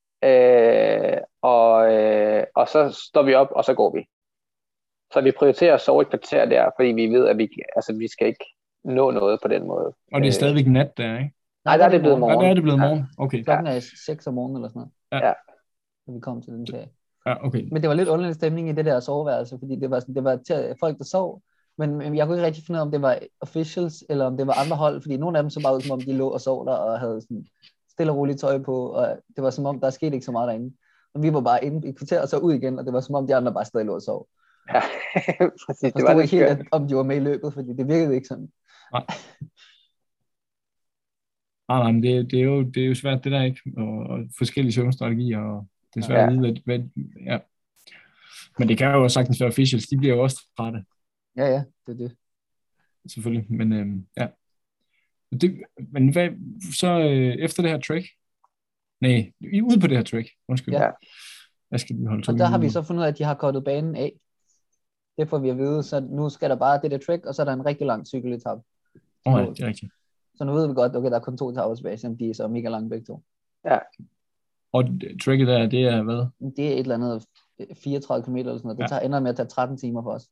C: Og så står vi op, og så går vi. Så vi prioriterer at sove et kvarter der, fordi vi ved, at vi skal ikke nå noget på den måde.
A: Og det er stadigvæk nat der, ikke?
C: Nej, der er det blevet morgen.
A: Der er det blevet morgen, okay.
B: Klokken er 6 om morgenen eller sådan noget.
C: Ja.
B: Så vi kom til den dag.
A: Ja, okay.
B: Men det var lidt underlig stemning i det der soveværelse, fordi det var til folk, der sov, men jeg kunne ikke rigtig finde ud af, om det var officials, eller om det var andre hold, fordi nogle af dem så bare ud, som om de lå og sov der, og havde sådan stille og roligt tøj på, og det var som om, der skete ikke så meget derinde. Og vi var bare inde i kvarter, og så ud igen, og det var som om, de andre bare stadig lå og sov.
C: Ja, præcis.
B: Jeg forstod ikke helt, om de var med i løbet, fordi det virkede ikke sådan.
A: Nej. Nej, men det er jo svært det der, ikke? Og forskellige søvnstrategier, og det er svært at vide, hvad. Men det kan jo også sagtens være officials, de bliver jo også trætte.
B: Ja, det er det.
A: Selvfølgelig, men ja. Men hvad, så efter det her track? Nej, ude på det her track, undskyld.
B: Ja.
A: Jeg skal lige holde
B: og der har vi så fundet ud af, at de har kortet banen af. Det får vi at vide, så nu skal der bare det der track, og så er der en rigtig lang cykeletappe.
A: Ja, det er rigtigt.
B: Så nu ved vi godt, okay, der er kun 2 etapper tilbage, selvom de er så mega lange begge to.
C: Ja.
A: Og tracket der, det er hvad?
B: Det er et eller andet 34 km eller sådan noget. Det ender med at tage 13 timer for os.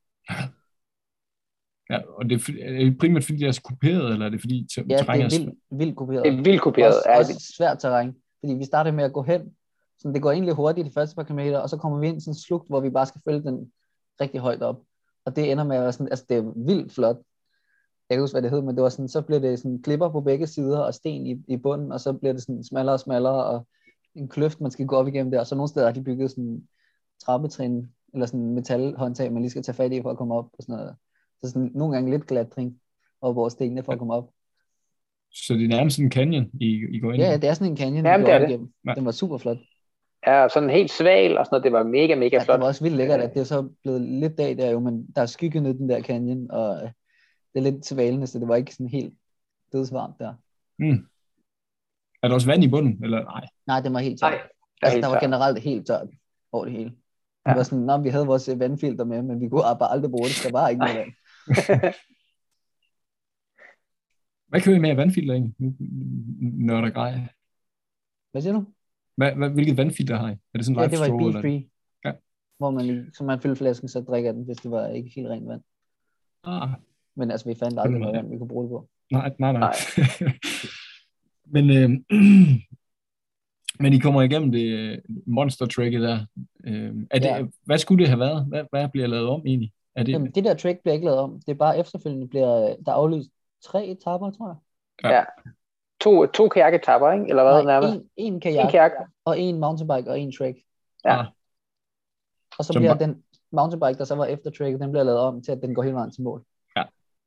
A: Ja, og det er primært fordi det er så kuperet, eller er det fordi terrænet
B: det er vildt kuperet.
C: Det er vildt kuperet.
B: Også svært terræn. Fordi vi starter med at gå hen, så det går egentlig hurtigt de første par kilometer, og så kommer vi ind i sådan en slugt, hvor vi bare skal følge den rigtig højt op. Og det ender med at være sådan, altså det er vildt flot. Jeg kan huske, hvad det hed, men det var sådan, så blev det sådan klipper på begge sider, og sten i bunden, og så bliver det sådan smallere og smallere, og en kløft, man skal gå op igennem der. Og så nogle steder har de bygget sådan trappetrin, eller sådan metalhåndtag, man lige skal tage fat i for at komme op, og sådan noget. Så sådan nogle gange lidt glatring over stenene for at komme op.
A: Så det er nærmest en canyon, I går ind i?
B: Ja, det er sådan en canyon,
C: vi går igennem.
B: Den var super flot.
C: Ja, sådan helt sval og sådan noget. Det var mega flot.
B: Det var også vildt lækkert, at det er så blevet lidt dag der jo, men der er skygge ned den der canyon, og det er lidt svalende, så det var ikke sådan helt dødsvarmt der.
A: Er der også vand i bunden, eller nej?
B: Nej, det var helt tørt. Der var generelt helt tørt over det hele. Det var sådan, vi havde vores vandfilter med, men vi kunne bare aldrig bruge det, der var ikke noget vand.
A: Hvad kører I med af vandfilter egentlig? Nørder grej.
B: Hvad siger du?
A: Hvilket vandfilter har I? Er det sådan
B: det var et Be-Free.
A: Ja.
B: Hvor man fylder flasken, så drikker den, hvis det var ikke helt rent vand. Men altså, vi fandt aldrig noget vand, vi kunne bruge det på.
A: Nej. Men I kommer igennem det monster-tracket der. Hvad skulle det have været? Hvad bliver lavet om egentlig?
B: Jamen, det der track bliver ikke lavet om. Det er bare efterfølgende bliver der aflyst 3 etaper, tror jeg.
C: Ja. To kajaketapper, ikke? Eller hvad nærmest?
B: En kajak, og en mountainbike og en track.
C: Ja.
B: Og så bliver den mountainbike, der så var efter tracket, den bliver lavet om til, at den går hele vejen til mål.
A: Ja.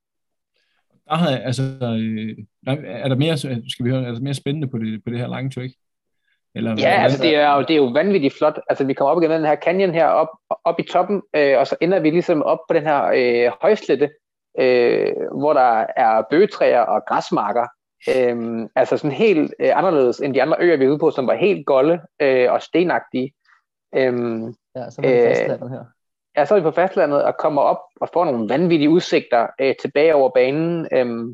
A: Er der mere, skal vi høre, er der mere spændende på det her lange track? Eller
C: altså det er jo vanvittigt flot. Altså vi kommer op igennem den her canyon her op i toppen, og så ender vi ligesom op på den her højslette, hvor der er bøgetræer og græsmarker. Altså sådan helt anderledes end de andre øer, vi er ude på, som var helt golde og stenagtige.
B: Så var det fastlandet her.
C: Ja, så er vi på fastlandet og kommer op og får nogle vanvittige udsigter tilbage over banen.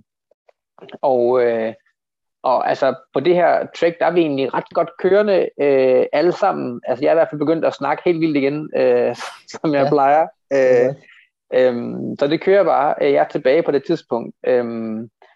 C: Og altså på det her track, der er vi egentlig ret godt kørende alle sammen. Altså jeg er i hvert fald begyndt at snakke helt vildt igen, som jeg plejer. Så det kører bare. Jeg er tilbage på det tidspunkt.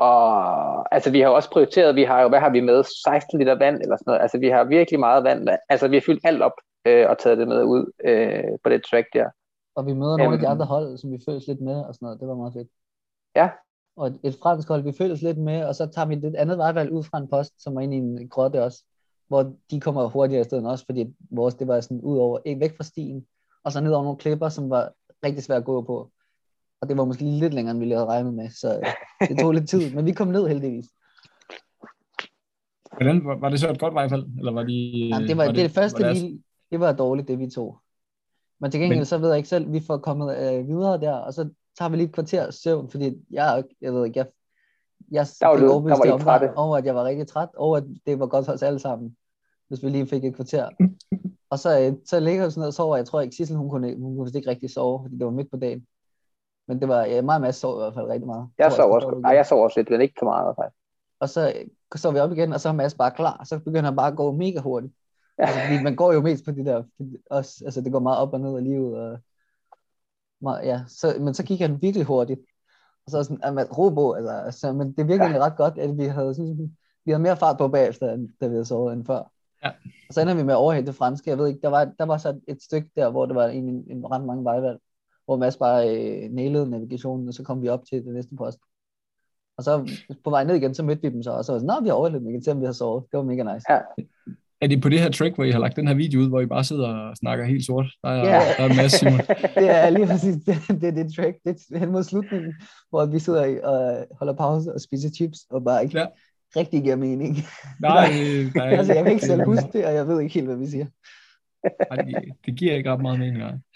C: Og altså, vi har jo også prioriteret, hvad har vi med? 16 liter vand eller sådan noget. Altså, vi har virkelig meget vand. Altså, vi har fyldt alt op og taget det med ud på det track der.
B: Og vi møder nogle af de andre hold, som vi føles lidt med og sådan noget. Det var meget fedt.
C: Ja.
B: Og et fransk hold, vi føles lidt med, og så tager vi et andet vejvalg ud fra en post, som var inde i en grotte også, hvor de kommer hurtigere i stedet også, fordi vores, det var sådan ud over, væk fra stien, og så ned over nogle klipper, som var rigtig svært at gå på. Og det var måske lidt længere, end vi havde regnet med, så det tog lidt tid, men vi kom ned heldigvis.
A: Hvordan, var det så et godt vejfald? Eller var de,
B: jamen, det første, det var dårligt, det vi tog. Men til gengæld, så ved jeg ikke selv, vi får kommet videre der, og så tager vi lige et kvarter søvn, fordi jeg ved ikke, jeg fik overbevist over, at jeg var rigtig træt, over at det var godt for os alle sammen, hvis vi lige fik et kvarter. Og så ligger jeg sådan noget og sover. Jeg tror ikke, Sissel, hun kunne vist ikke rigtig sove, fordi det var midt på dagen. Men det var meget masse sov i hvert fald rigtig meget.
C: Jeg sover også lidt, men ikke så meget i hvert fald.
B: Og så står vi op igen, og så er Mads bare klar, og så begynder han bare at gå mega hurtigt. Altså, fordi man går jo mest på de der, også, altså det går meget op og ned af livet, og meget, ja, men så gik han virkelig hurtigt. Og så sådan, at robo, altså, men det virkede ret godt, at vi havde mere fart på bagefter, end da vi havde sovet end før.
A: Ja.
B: Og så ender vi med at overhælde det franske. Jeg ved ikke, der var så et stykke der, hvor der var en ret mange vejvalg, hvor Mads bare nailede navigationen, og så kom vi op til det næste post. Og så på vej ned igen, så mødte vi dem så, og så var sådan, vi har overhældet dem igen, selvom vi har sovet. Det var mega nice.
C: Ja.
A: Er det på det her track, hvor I har lagt den her video ud, hvor I bare sidder og snakker helt sort? Der er en masse, Simon.
B: Det er lige præcis det track. Det er hen mod slutningen, hvor vi sidder og holder pause og spiser chips, og bare ikke rigtig giver mening.
A: Nej.
B: Altså, jeg kan ikke selv huske det, og jeg ved ikke helt, hvad vi siger.
A: Nej, det giver ikke ret meget mening,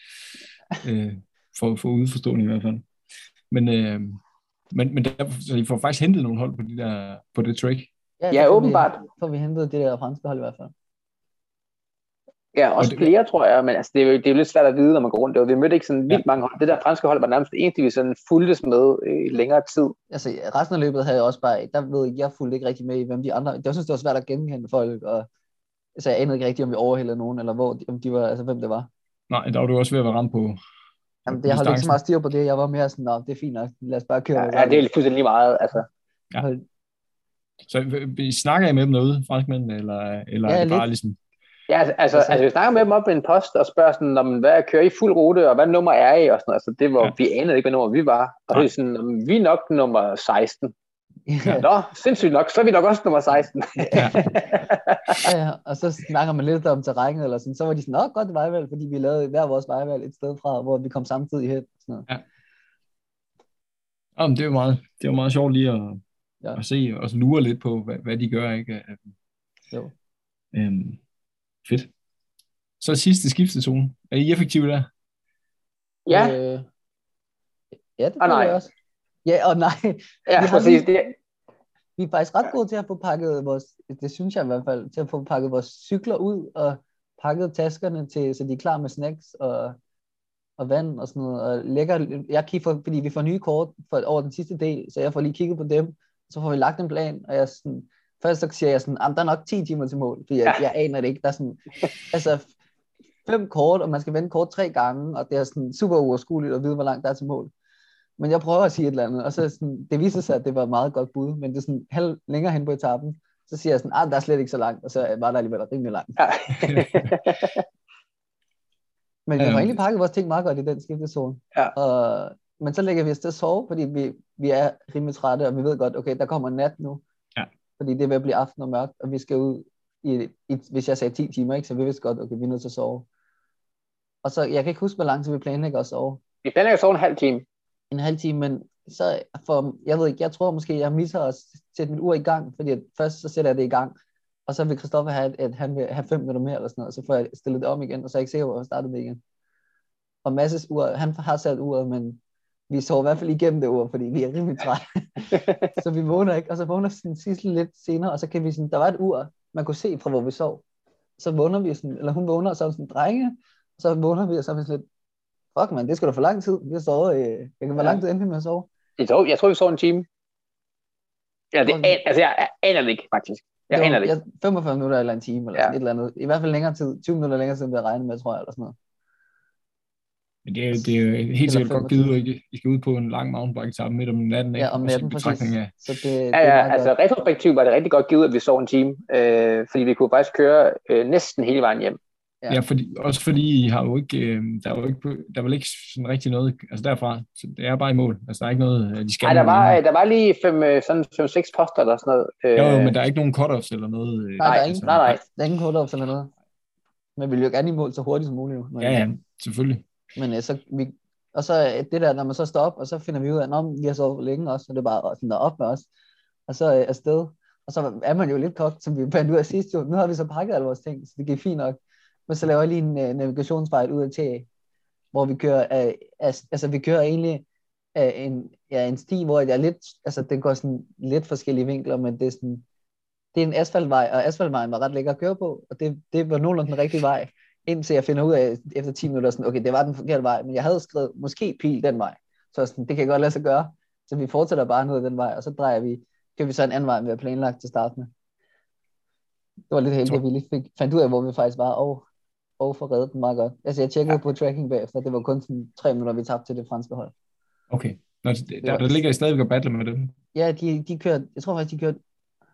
A: for udforstående i hvert fald. Men så I får faktisk hentet nogle hold på det track?
C: Ja, åbenbart.
B: Får vi hentet det der franske hold i hvert fald.
C: Ja, også flere, tror jeg, men altså, det er jo lidt svært at vide, når man går rundt. Vi mødte ikke sådan vildt mange hold. Det der franske hold var nærmest det eneste, vi sådan fuldtes med i længere tid.
B: Altså, resten af løbet havde jeg også bare, der ved jeg fulgte ikke rigtig med i, hvem de andre, jeg synes, det var svært at genkende folk, og så jeg anede ikke rigtig, om vi overhældede nogen, eller om de var, altså hvem det var.
A: Nej, der var du også ved at være ramt på.
B: Jamen, jeg holdt ikke så meget styr på det, jeg var mere sådan, det er fint nok, lad os bare køre.
C: Ja, det er fuldstændig lige meget, altså.
A: Ja. Så snakker I med dem derude, franskmændene, eller er det bare ligesom...
C: Ja, altså vi snakker med dem op i en post og spørger sådan, hvad kører I fuld rute, og hvad nummer er I, og sådan noget. Altså, det var, vi anede ikke, hvad nummer vi var. Og så er sådan, vi er nok nummer 16. Ja. Nå, sindssygt nok, så er vi nok også nummer 16.
B: Ja, og så snakker man lidt om terrænet, eller sådan, så var de sådan, godt vejvalg, fordi vi lavede hver vores vejvalg et sted fra, hvor vi kom samtidig hen. Sådan noget.
A: Ja. Jamen, det er jo meget sjovt lige at se, og lure lidt på, hvad de gør, ikke?
B: Jo.
A: Fedt. Så sidste skiftezone. Er I effektive der?
C: Ja.
B: Ja, det tror jeg også. Ja, og nej.
C: Ja, præcis.
B: Vi er faktisk ret gode til at få pakket det synes jeg i hvert fald, til at få pakket vores cykler ud, og pakket taskerne til, så de er klar med snacks og vand og sådan noget. Og jeg kigger, fordi vi får nye kort over den sidste del, så jeg får lige kigget på dem, så får vi lagt en plan, og jeg sådan, først så siger jeg sådan, der er nok 10 timer til mål, fordi jeg aner det ikke. Der er sådan, altså 5 kort, og man skal vende kort 3 gange, og det er sådan super uoverskueligt at vide, hvor langt der er til mål. Men jeg prøver at sige et eller andet, og så sådan, det viser sig, at det var et meget godt bud, men det er sådan længere hen på etappen, så siger jeg sådan, der er slet ikke så langt, og så var der alligevel rimelig langt. Ja. Men vi har egentlig pakket vores ting meget godt i den skiftezone.
C: Ja.
B: Men så lægger vi os til at sove, fordi vi er rimelig trætte, og vi ved godt, okay, der kommer nat nu.
A: Ja.
B: Fordi det er ved at blive aften og mørkt, og vi skal ud hvis jeg sagde 10 timer, ikke, så vi vidste godt, okay, vi er nødt til at sove. Og så, jeg kan ikke huske, hvor lang tid vi planlægger at sove.
C: Vi planlægger at sove en halv time.
B: En halv time, men så jeg ved ikke, jeg tror måske, jeg misser at sætte mit ur i gang, fordi først så sætter jeg det i gang, og så vil Christoffer have, at han vil have 5 minutter mere eller sådan noget, og så får jeg stillet det om igen, og så er jeg ikke sikker på, at jeg starter det igen. Og Masses ur, han har sat uret, men vi sover i hvert fald igennem det ur, fordi vi er rimelig trætte. Så vi vågner ikke, og så vågner sådan sidst lidt senere, og så kan vi sådan, der var et ur, man kunne se fra, hvor vi sov. Så vågner vi sådan, eller hun vågner, og så er sådan, drenge, og så vågner vi, og så er vi sådan lidt, fuck man, det skal da for lang tid. Vi har sovet, jeg kan være lang tid endelig med at sove.
C: Jeg tror, vi sov en time. Ja, jeg aner det ikke, faktisk. Jeg aner det ikke.
B: 45 minutter eller en time, eller et eller andet. I hvert fald længere tid. 20 minutter længere tid, end vi har regnet med, tror jeg, eller sådan noget.
A: Men det er jo helt
B: Eller
A: sikkert godt
B: 25.
A: givet, at I skal ud på en lang mountainbike-etape midt om natten, ikke?
B: Ja, om
A: Også i
B: natten præcis.
A: betragtning af.
B: Så det er
C: Ja,
B: meget
C: altså
B: godt.
C: retrospektivt var det rigtig godt givet, at vi sov en time, fordi vi kunne faktisk køre næsten hele vejen hjem.
B: Ja.
A: Ja, fordi I har jo ikke, der er vel ikke sådan rigtig noget, altså derfra, så det er bare i mål. Altså der er ikke noget, de skal.
C: Nej, der var lige 5-6 poster eller sådan noget.
A: Jo, men der er ikke nogen cut-offs eller noget.
B: Nej, der er
A: altså,
B: ingen,
C: nej.
B: der er ingen hold-ups eller noget. Men vi vil jo gerne i mål så hurtigt som muligt. Men,
A: Ja, selvfølgelig.
B: Men og så det der, når man så står op, og så finder vi ud af, at vi har sovet længe også, og det er bare sådan der op med os. Og så afsted. Og så er man jo lidt kogt, som vi fandt ud af sidste år. Nu har vi så pakket alle vores ting, så det gik fint nok. Men så laver jeg lige en navigationsfejl ud af TA, hvor vi kører, vi kører egentlig en sti, hvor jeg er lidt, altså den går sådan lidt forskellige vinkler, men det er sådan, det er en asfaltvej, og asfaltvejen var ret lækker at køre på, og det var nogenlunde den rigtige vej, indtil jeg finder ud af, efter 10 minutter, sådan, okay, det var den forkerte vej, men jeg havde skrevet, måske pil den vej, så sådan, det kan godt lade sig gøre, så vi fortsætter bare ned ad den vej, og så kører vi så en anden vej, vi har planlagt til at starte med. Det var lidt heldigt, at vi lige fandt ud af, hvor vi faktisk var, og for reddet den meget godt. Altså, jeg tjekkede på tracking bagefter, det var kun sådan 3 minutter, vi tabte til det franske hold.
A: Okay. Nå, der ligger I stadigvæk og battler med dem?
B: Ja, de kørte, jeg tror faktisk, de kørte,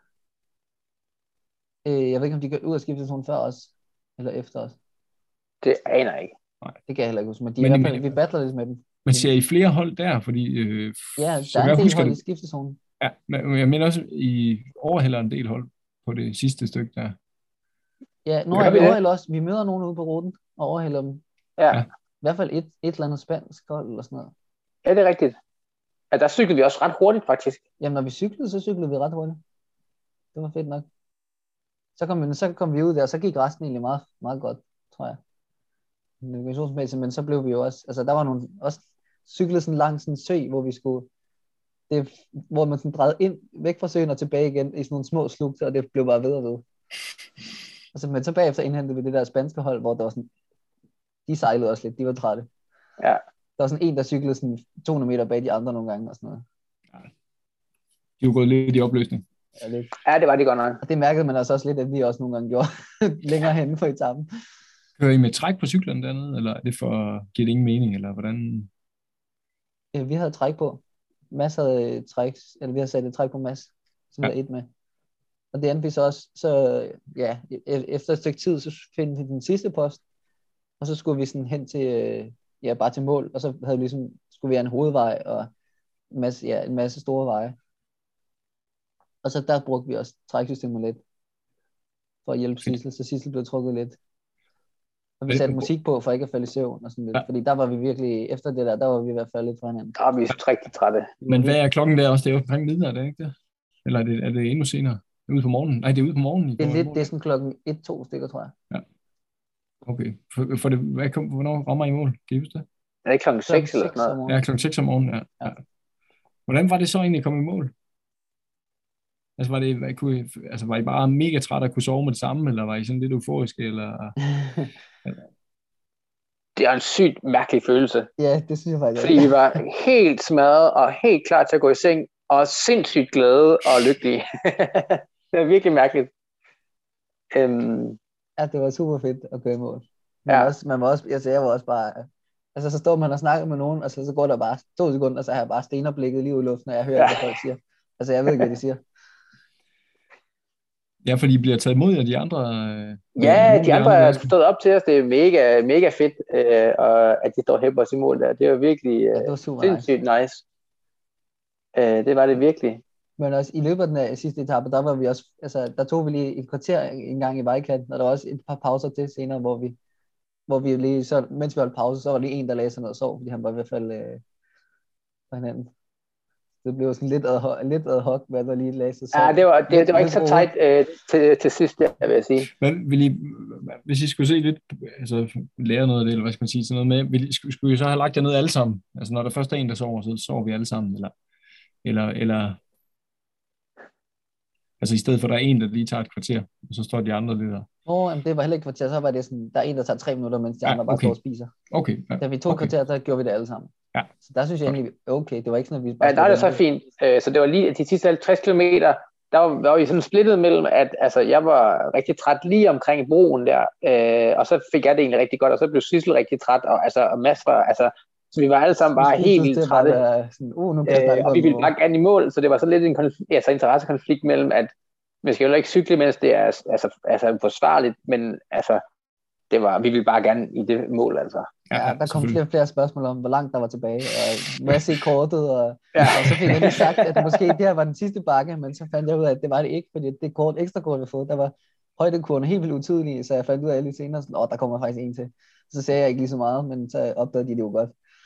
B: jeg ved ikke, om de kørte ud af skiftestationen før os, eller efter os.
C: Det aner jeg ikke.
A: Nej.
B: Det kan jeg heller ikke huske, men vi battler lidt med dem.
A: Men ser I flere hold der? Fordi,
B: ja, der er en del hold i skiftestationen.
A: Ja, men jeg mener også, I overhælder en del hold på det sidste stykke der.
B: Ja, nu er vi overhælder også. Vi møder nogen ude på ruten og overhælder dem.
C: Ja.
B: I hvert fald et eller andet spansk hold eller sådan noget.
C: Ja, det er rigtigt. Ja, der cyklede vi også ret hurtigt, faktisk.
B: Jamen, når vi cyklede, så cyklede vi ret hurtigt. Det var fedt nok. Så kom vi ud der, og så gik resten egentlig meget, meget godt, tror jeg. Navigationsmæssigt, men så blev vi jo også, altså der var nogle, også cyklede sådan langs en sø, hvor vi skulle, hvor man sådan drejede ind, væk fra søen og tilbage igen, i sådan nogle små slugter, og det blev bare ved og ved. Altså, men så bagefter indhentede vi det der spanske hold, hvor der var sådan, de sejlede også lidt, de var trætte.
C: Ja.
B: Der var sådan en, der cyklede sådan 200 meter bag de andre nogle gange og sådan noget.
A: Ja. De var gået lidt i opløsning.
C: Ja, det var de godt nok.
B: Og det mærkede man altså også lidt, at vi også nogle gange gjorde længere henne på etappen.
A: Kører I med træk på cyklerne dernede, eller er det giver det ingen mening, eller hvordan?
B: Ja, vi havde træk på. Mads havde træk, eller vi havde sat et træk på Mads, som der et med. Og det endte vi så også, ja, efter et stykke tid, så fandt vi den sidste post, og så skulle vi sådan hen til, bare til mål, og så havde vi ligesom, skulle vi have en hovedvej, og en masse store veje. Og så der brugte vi også træksystemet lidt, for at hjælpe Sissel, så Sissel blev trukket lidt. Og vi satte musik på, for ikke at falde i søvn, og sådan lidt, fordi der var vi virkelig, efter det der var vi i hvert fald lidt fra hinanden.
C: Der var vi rigtig trætte.
A: Men hvad er klokken der også? Det er jo omkring midnat, er det ikke det? Eller er det endnu senere? Det er ude på morgenen? Nej, det er ude på morgenen.
B: Det er sådan klokken 1-2 stykker, tror jeg.
A: Ja. Okay. For det, hvornår rammer I mål? Kan I huske det?
C: Er det klokken 6 eller sådan noget?
A: Ja, klokken 6 om morgenen, ja. Hvordan var det så egentlig at komme i mål? Altså var I bare mega trætte og kunne sove med det samme, eller var I sådan lidt euforiske, eller?
C: Det er en sygt mærkelig følelse.
B: Ja, det synes jeg faktisk.
C: Fordi vi var helt smadret og helt klar til at gå i seng, og sindssygt glade og lykkelige. Det var virkelig mærkeligt.
B: Ja, det var super fedt at køre i mål. Man var også, jeg var også bare, altså så står man og snakker med nogen, altså så går der bare 2 sekunder, og så har jeg bare stenerblikket lige ud i luften, når jeg hører, hvad folk siger. Altså jeg ved ikke, hvad de siger.
A: Ja, fordi I bliver taget imod af de andre.
C: Ja, de andre er stået op til os. Det er mega, mega fedt, og at de står og hæpper os i mål der. Det var virkelig
B: det var super
C: sindssygt nice. Det var det virkelig.
B: Men også i løbet af den sidste etape, der var vi også, altså der tog vi lige et kvarter en gang i vejkanten, og der var også et par pauser til senere, hvor vi lige, så mens vi holdt pause, så var lige en, der lagde sig ned og sov, fordi han var i hvert fald på hinanden. Det blev sådan lidt ad hoc, hvad der lige lagde sig.
C: Ja, det var ikke så tight til sidst, der, vil jeg sige.
A: Men hvis I skulle se lidt, altså lære noget af det, eller hvad skal man sige, sådan noget med, skulle I så have lagt jer ned alle sammen? Altså når der først er en, der sover, så sover vi alle sammen, eller altså i stedet for, der er en, der lige tager et kvarter, og så står de andre lidt der.
B: Det var heller ikke kvarter, så var det sådan, der er en, der tager 3 minutter, mens de andre bare står og spiser.
A: Okay. Ja.
B: Da vi tog kvarter, der gjorde vi det alle sammen.
A: Ja.
B: Så der synes jeg egentlig, okay, det var ikke sådan, at vi bare...
C: Ja, der er det så fint. Så det var lige de sidste 50 kilometer, var vi sådan splittet mellem, at altså, jeg var rigtig træt lige omkring broen der, og så fik jeg det egentlig rigtig godt, og så blev Sissel rigtig træt, og Mads var, altså, så vi var alle sammen bare helt vildt trætte,
B: nu kan jeg
C: og vi ville bare gerne i mål, så det var så lidt en interessekonflikt mellem, at vi skal jo ikke cykle, mens det er altså forsvarligt, men altså, vi ville bare gerne i det mål, altså.
B: Ja, der kom flere spørgsmål om, hvor langt der var tilbage, og må jeg se kortet, og så fik jeg lige sagt, at måske det her var den sidste bakke, men så fandt jeg ud af, at det var det ikke, fordi det ekstra kort, vi fået, der var højdekurven helt vildt utydelige, så jeg fandt ud af lidt senere, sådan, der kommer faktisk en til. Så sagde jeg ikke lige så meget, men så opdagede de det jo godt.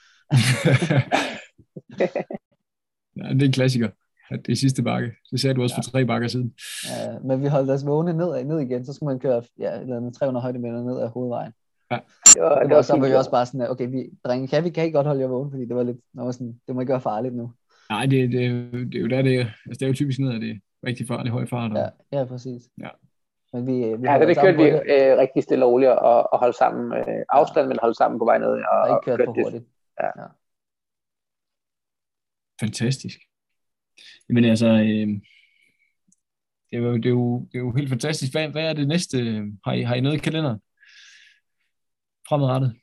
A: Ja, det er en klassiker, at det er sidste bakke. Det sagde du også for 3 bakker siden.
B: Ja, men vi holdt os vågne ned igen, så skulle man køre 300 højdemeter ned ad hovedvejen.
A: Ja.
B: Så var vi også bare sådan, okay, drenge, kan I godt holde jer vågen, fordi det var lidt, sådan, det må ikke gøre farligt nu.
A: Nej, det er jo der, det er jo typisk ned, at det er rigtig farligt, høj fart.
B: Ja, præcis.
A: Ja.
B: Men vi
C: det kørte vi rigtig stille og roligt og holde sammen afstand, men holde sammen på vej ned.
B: Og ikke kørt for hurtigt.
C: Ja.
A: Fantastisk. Men altså, det er jo helt fantastisk. Hvad er det næste? Har I noget i kalenderen? Fremadrettet?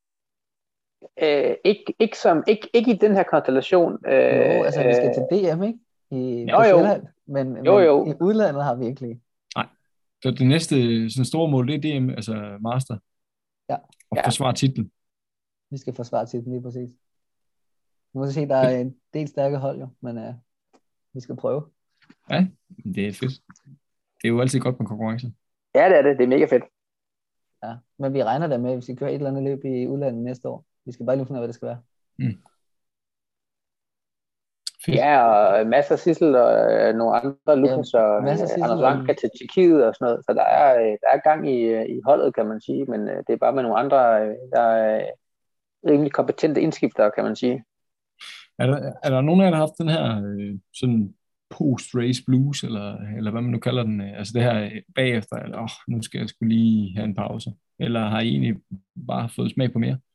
C: Ikke i den her konstellation.
B: Altså vi skal til DM, ikke? På Sjælland, men i udlandet har vi ikke lige.
A: Nej. Så det næste sådan store mål, det er DM, altså master.
B: Ja.
A: Og forsvare titlen.
B: Vi skal forsvare titlen lige præcis. Nu må vi se, der er en del stærke hold jo, men vi skal prøve.
A: Ja, det er fedt. Det er jo altid godt med konkurrence.
C: Ja, det er det. Det er mega fedt.
B: Ja, men vi regner da med, at vi skal køre et eller andet løb i udlandet næste år. Vi skal bare lige finde ud af, hvad det skal være.
C: Ja, og masser af Sissel og nogle andre, Lukas og Anders Lanka til Tjekkiet og sådan noget. Så der er gang i holdet, kan man sige, men det er bare med nogle andre, der er rimelig kompetente indskiftere, kan man sige.
A: Er der nogen af jer, der har haft den her sådan post-race blues, eller hvad man nu kalder den, altså det her bagefter, eller nu skal jeg sgu lige have en pause, eller har I egentlig bare fået smag på mere?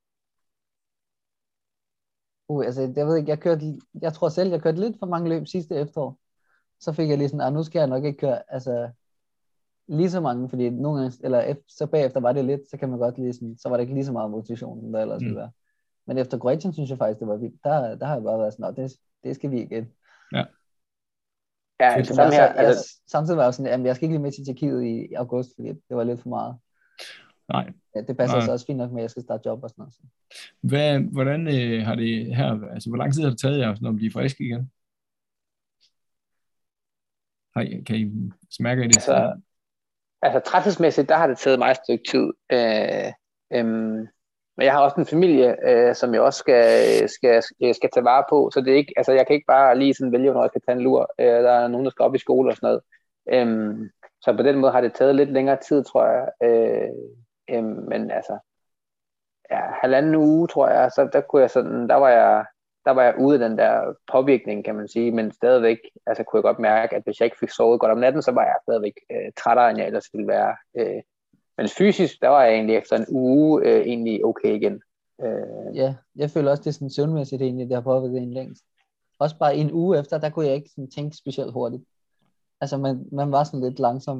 B: Altså, jeg ved ikke, jeg tror selv, jeg kørte lidt for mange løb sidste efterår. Så fik jeg lige sådan, nu skal jeg nok ikke køre, altså, lige så mange, fordi nogle gange, så bagefter var det lidt, så kan man godt lige sådan, så var det ikke lige så meget motivation, som der ellers ville være. Men efter Kroatien, synes jeg faktisk, det var vildt. Der har jeg bare været sådan, det skal vi igen.
A: Ja.
C: Ja, det samme her.
B: Samtidig var jeg sådan, at jeg skal ikke lige med til Tjekkiet i august, fordi det var lidt for meget.
A: Nej.
B: Ja, det passer så også fint nok med, at jeg skal starte job og sådan
A: noget. Hvordan har det her, altså hvor lang tid har det taget jer, når man bliver frisk igen? Kan I smærke det?
C: Altså træthedsmæssigt, der har det taget mig et stykke tid. Men jeg har også en familie, som jeg også skal tage vare på, så det er ikke, altså jeg kan ikke bare lige sådan vælge, når jeg skal tage en lur. Der er nogen, der skal op i skole og sådan noget. Så på den måde har det taget lidt længere tid, tror jeg. Men altså, 1,5 uge, tror jeg, så der var jeg ude af den der påvirkning, kan man sige, men stadigvæk, altså kunne jeg godt mærke, at hvis jeg ikke fik sovet godt om natten, så var jeg stadigvæk trættere, end jeg ellers ville være. Men fysisk, der var jeg egentlig efter en uge egentlig okay igen.
B: Ja, jeg føler også, det er sådan søvnmæssigt egentlig, det har påvirket en længst. Også bare en uge efter, der kunne jeg ikke sådan tænke specielt hurtigt. Altså man var sådan lidt langsom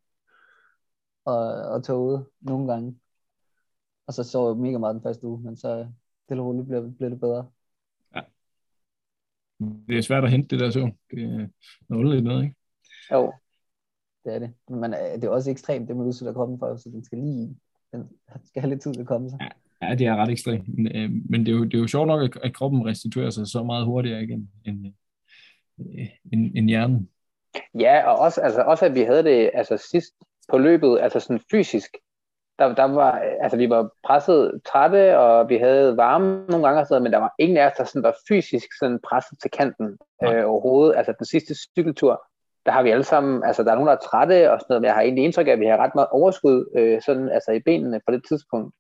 B: og toget nogle gange. Og så sov jeg mega meget den første uge, men så stille og roligt blev det bedre.
A: Ja. Det er svært at hente det der søvn. Det er noget underligt noget, ikke?
C: Jo.
B: Det er det. Men det er også ekstremt, det man udsætter kroppen for, så den skal have lidt tid til at komme sig.
A: Ja, det er ret ekstremt. Men det er jo sjovt nok, at kroppen restituerer sig så meget hurtigere igen end hjernen.
C: Ja, og også at vi havde det altså sidst på løbet, altså sådan fysisk. Der var, altså vi var presset trætte, og vi havde varme nogle gange, men der var ingen af os, der sådan var fysisk sådan presset til kanten overhovedet. Altså den sidste cykeltur, der har vi alle sammen, altså der er nogen, der er trætte og sådan noget, men jeg har egentlig indtryk af, at vi har ret meget overskud sådan, altså i benene på det tidspunkt,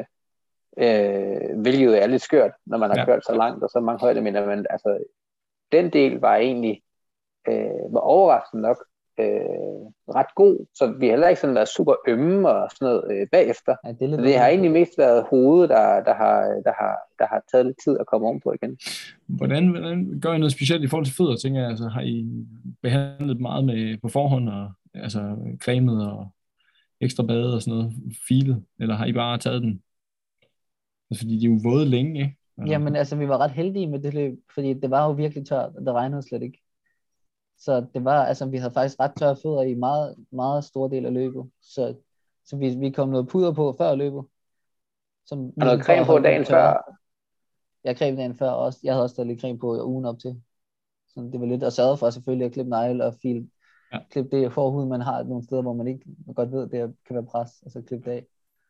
C: hvilket er lidt skørt, når man har kørt så langt og så mange højdemeter, men altså den del var egentlig var overraskende nok ret god, så vi har heller ikke sådan været super ømme og sådan noget bagefter.
B: Ja, det er lidt
C: Det har egentlig mest været hovedet, der har taget lidt tid at komme ovenpå igen.
A: Hvordan gør I noget specielt i forhold til fødder, tænker jeg? Altså, har I behandlet meget med på forhånd, og altså cremet og ekstra bade og sådan noget, filet, eller har I bare taget den? Altså, fordi de er jo våde længe, ikke?
B: Jamen altså, vi var ret heldige med det løb, fordi det var jo virkelig tørt, og det regnede slet ikke. Så det var, altså, vi havde faktisk ret tørre fødder i meget, meget stor del af løbet. Så vi kom noget puder på før løbet. Som,
C: og noget creme på dagen før?
B: Jeg creme dagen før også. Jeg havde også taget lidt creme på ugen op til. Så det var lidt at sørge for selvfølgelig at klippe negle og klippe det forhud, man har nogle steder, hvor man ikke godt ved, det kan være pres, og så klippe det af.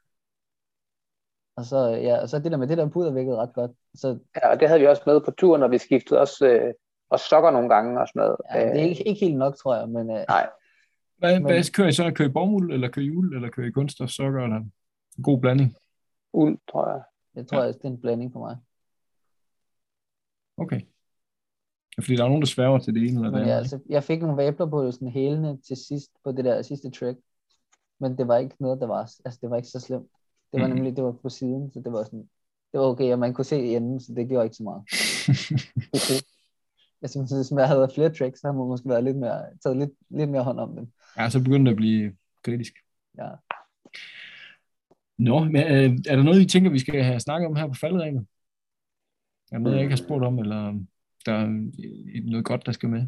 B: Og så det der med det der puder virkede ret godt. Så,
C: ja, og det havde vi også med på turen, og vi skiftede også og sokker nogle gange og sådan noget.
B: Ja, det er ikke helt nok, tror jeg, men...
C: Nej.
A: Hvad kører I så? Kører I bomuld, eller kører I uld, eller kører I kunststof, sokker, eller en god blanding?
C: Uld, tror jeg.
B: Jeg tror, det er en blanding for mig.
A: Okay. Fordi der er nogen, der sværger til det ene eller det andet.
B: Ja, altså, jeg fik nogle vabler på sådan hælene til sidst, på det der sidste trek. Men det var ikke noget, der var... Altså, det var ikke så slemt. Det var nemlig, det var på siden, så det var sådan... Det var okay, og man kunne se i enden, så det gjorde ikke så meget. Jeg synes, hvis jeg havde flere tricks, så havde man måske været taget lidt mere hånd om dem.
A: Ja, så begyndte det at blive kritisk.
B: Ja.
A: Nå, men er der noget, I tænker, vi skal have snakket om her på falderæbet? Er der noget, jeg ikke har spurgt om, eller der er noget godt, der skal med?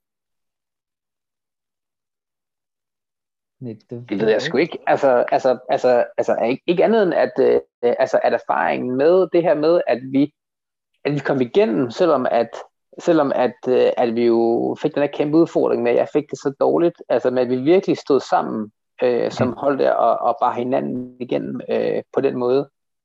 C: Det ved jeg sgu ikke. Altså ikke andet end, at erfaringen med det her med, at vi kom igennem, selvom at vi jo fik den her kæmpe udfordring med, at jeg fik det så dårligt, altså med at vi virkelig stod sammen som hold der og bar hinanden igennem på den måde.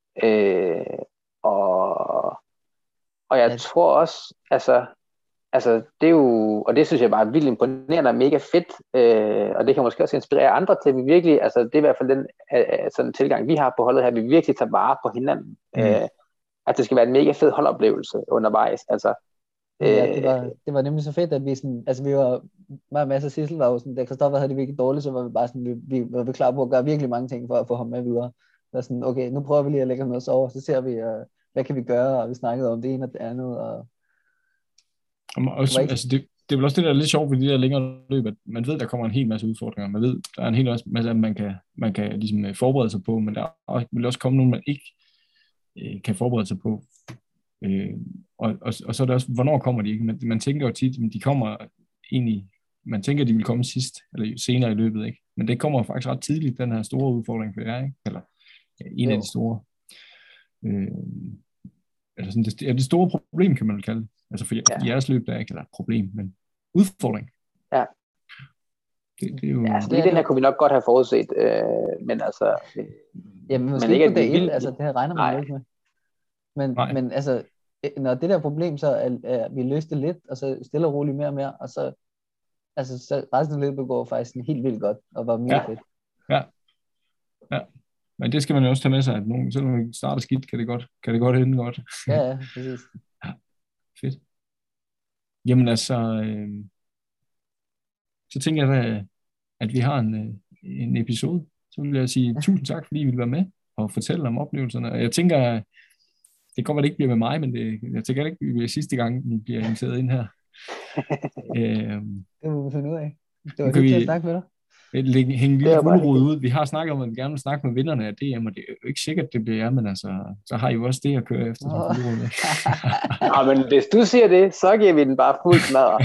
C: Og jeg tror også, altså det er jo, og det synes jeg bare er vildt imponerende og mega fedt, og det kan måske også inspirere andre til, at vi virkelig, altså det er i hvert fald den sådan tilgang, vi har på holdet her, vi virkelig tager vare på hinanden. At det skal være en mega fed holdoplevelse undervejs, altså.
B: Ja, det var nemlig så fedt, at vi sådan, altså vi var, mig og Mads og Sissel var jo sådan, da Christoffer havde det virkelig dårligt, så var vi bare sådan, vi var klar på at gøre virkelig mange ting for at få ham med videre. Så sådan, okay, nu prøver vi lige at lægge ham noget sove, så ser vi, hvad kan vi gøre, og vi snakkede om det ene og det andet, og
A: også, altså det er vel også det, der er lidt sjovt ved de der længere løb, at man ved, der kommer en hel masse udfordringer. Man ved, der er en hel masse, man kan ligesom forberede sig på, men der vil også komme nogen, man ikke kan forberede sig på. Og så er det også, hvornår kommer de ikke? Man tænker jo tit, at de kommer egentlig, man tænker, at de vil komme sidst, eller senere i løbet, ikke? Men det kommer faktisk ret tidligt, den her store udfordring for jer, ikke? Eller en af de store. Eller sådan, det store problem, kan man vel kalde det. Altså for jeres løb, der er ikke et problem, men udfordring.
C: Ja.
A: Det er jo...
C: Ja, altså, den her kunne vi nok godt have forudset, men altså...
B: Jamen, måske ikke på dag 1, altså det her regner man jo ikke med. Men altså, når det der problem så er vi løste lidt, og så stille og roligt mere og mere, og så, altså, så resten af løbet går faktisk helt vildt godt, og var mega fedt.
A: Ja. Men det skal man jo også tage med sig, at selvom man starter skidt, kan det godt ende godt.
B: Ja, præcis.
A: Ja, fedt. Jamen altså, så tænker jeg, at vi har en episode. Så vil jeg sige tusind tak, fordi I ville være med og fortælle om oplevelserne. Og jeg tænker, det kan godt være, det ikke bliver med mig, men jeg tænker ikke, det bliver sidste gang, I bliver inviteret ind her.
B: Det må vi finde ud af. Det var hyggeligt at snakke med dig.
A: Hænge en lille gulerod ud. Vi har snakket om, at vi gerne vil snakke med vinderne af DM, og det er jo ikke sikkert, det bliver jer, men altså, så har I jo også det at køre efter som gulerod.
C: Ja, men hvis du siger det, så giver vi den bare fuld smadre.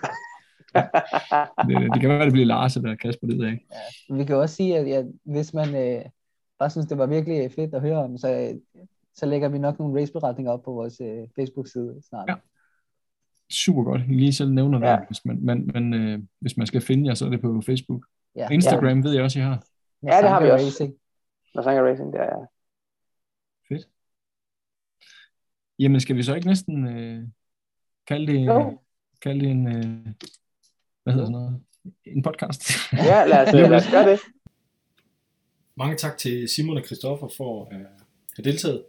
A: det kan være, det bliver Lars eller Kasper, det ved jeg ikke.
B: Ja, vi kan også sige, at hvis man bare synes, det var virkelig fedt at høre om, så lægger vi nok nogle raceberetninger op på vores Facebook-side snart.
A: Ja. Super godt. I lige selv nævner det. Hvis man skal finde jer, så er det på Facebook. Ja. Instagram ved jeg også, I har.
C: Ja, det har vi også. Masanga Racing, det er.
A: Fedt. Jamen, skal vi så ikke næsten kalde det en hvad hedder sådan noget? En podcast?
C: Ja, lad os gøre det.
A: Mange tak til Simon og Christoffer for at have deltaget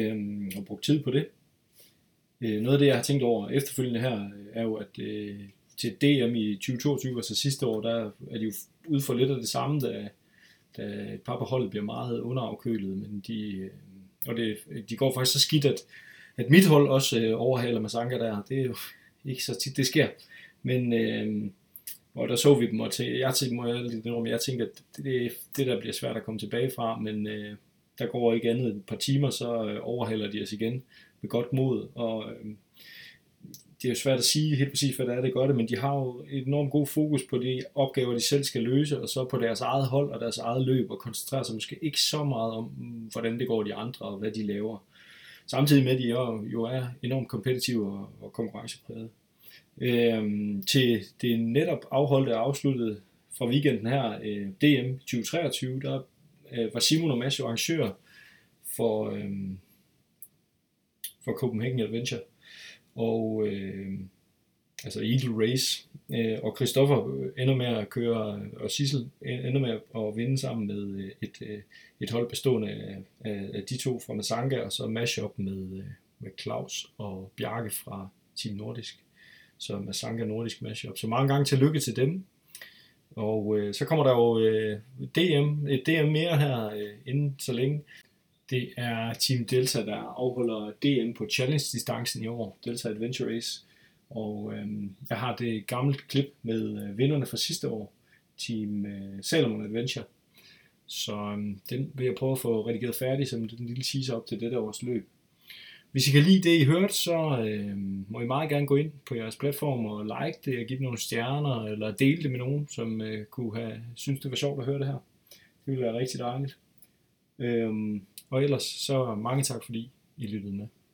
A: og brugt tid på det. Noget af det, jeg har tænkt over efterfølgende her, er jo, at til DM i 2022, altså sidste år, der er de jo ude for lidt af det samme, da et par på holdet bliver meget underafkølet, men de går faktisk så skidt, at mit hold også overhaler Masanka der. Det er jo ikke så tit, det sker. Men og der så vi dem, og jeg tænkte, at det der bliver svært at komme tilbage fra, men der går ikke andet et par timer, så overhaler de os igen med godt mod, og det er jo svært at sige helt præcis, hvad det gør det, men de har jo et enormt god fokus på de opgaver, de selv skal løse, og så på deres eget hold og deres eget løb, og koncentrerer sig måske ikke så meget om, hvordan det går de andre, og hvad de laver. Samtidig med, at de jo er enormt kompetitive og konkurrencepræget. Til det netop afholdte og afsluttede fra weekenden her, DM 2023, der var Simon og Mads jo arrangører for Copenhagen Adventure, og altså Eagle Race, og Christoffer ender med at køre, og Sissel ender med at vinde sammen med et hold bestående af de to fra Masanka, og så mashup med Claus og Bjarke fra Team Nordisk. Så Masanka Nordisk mashup. Så mange gange tillykke til dem. Og så kommer der jo et DM mere her inden så længe. Det er Team Delta, der afholder DM på challenge-distancen i år, Delta Adventure Race. Og jeg har det gamle klip med vinderne fra sidste år, Team Salomon Adventure. Så den vil jeg prøve at få redigeret færdig som den lille teaser op til dette års løb. Hvis I kan lide det, I hørte, så må I meget gerne gå ind på jeres platform og like det, og give det nogle stjerner, eller dele det med nogen, som kunne have synes det var sjovt at høre det her. Det ville være rigtig dejligt. Og ellers så mange tak, fordi I lyttede med.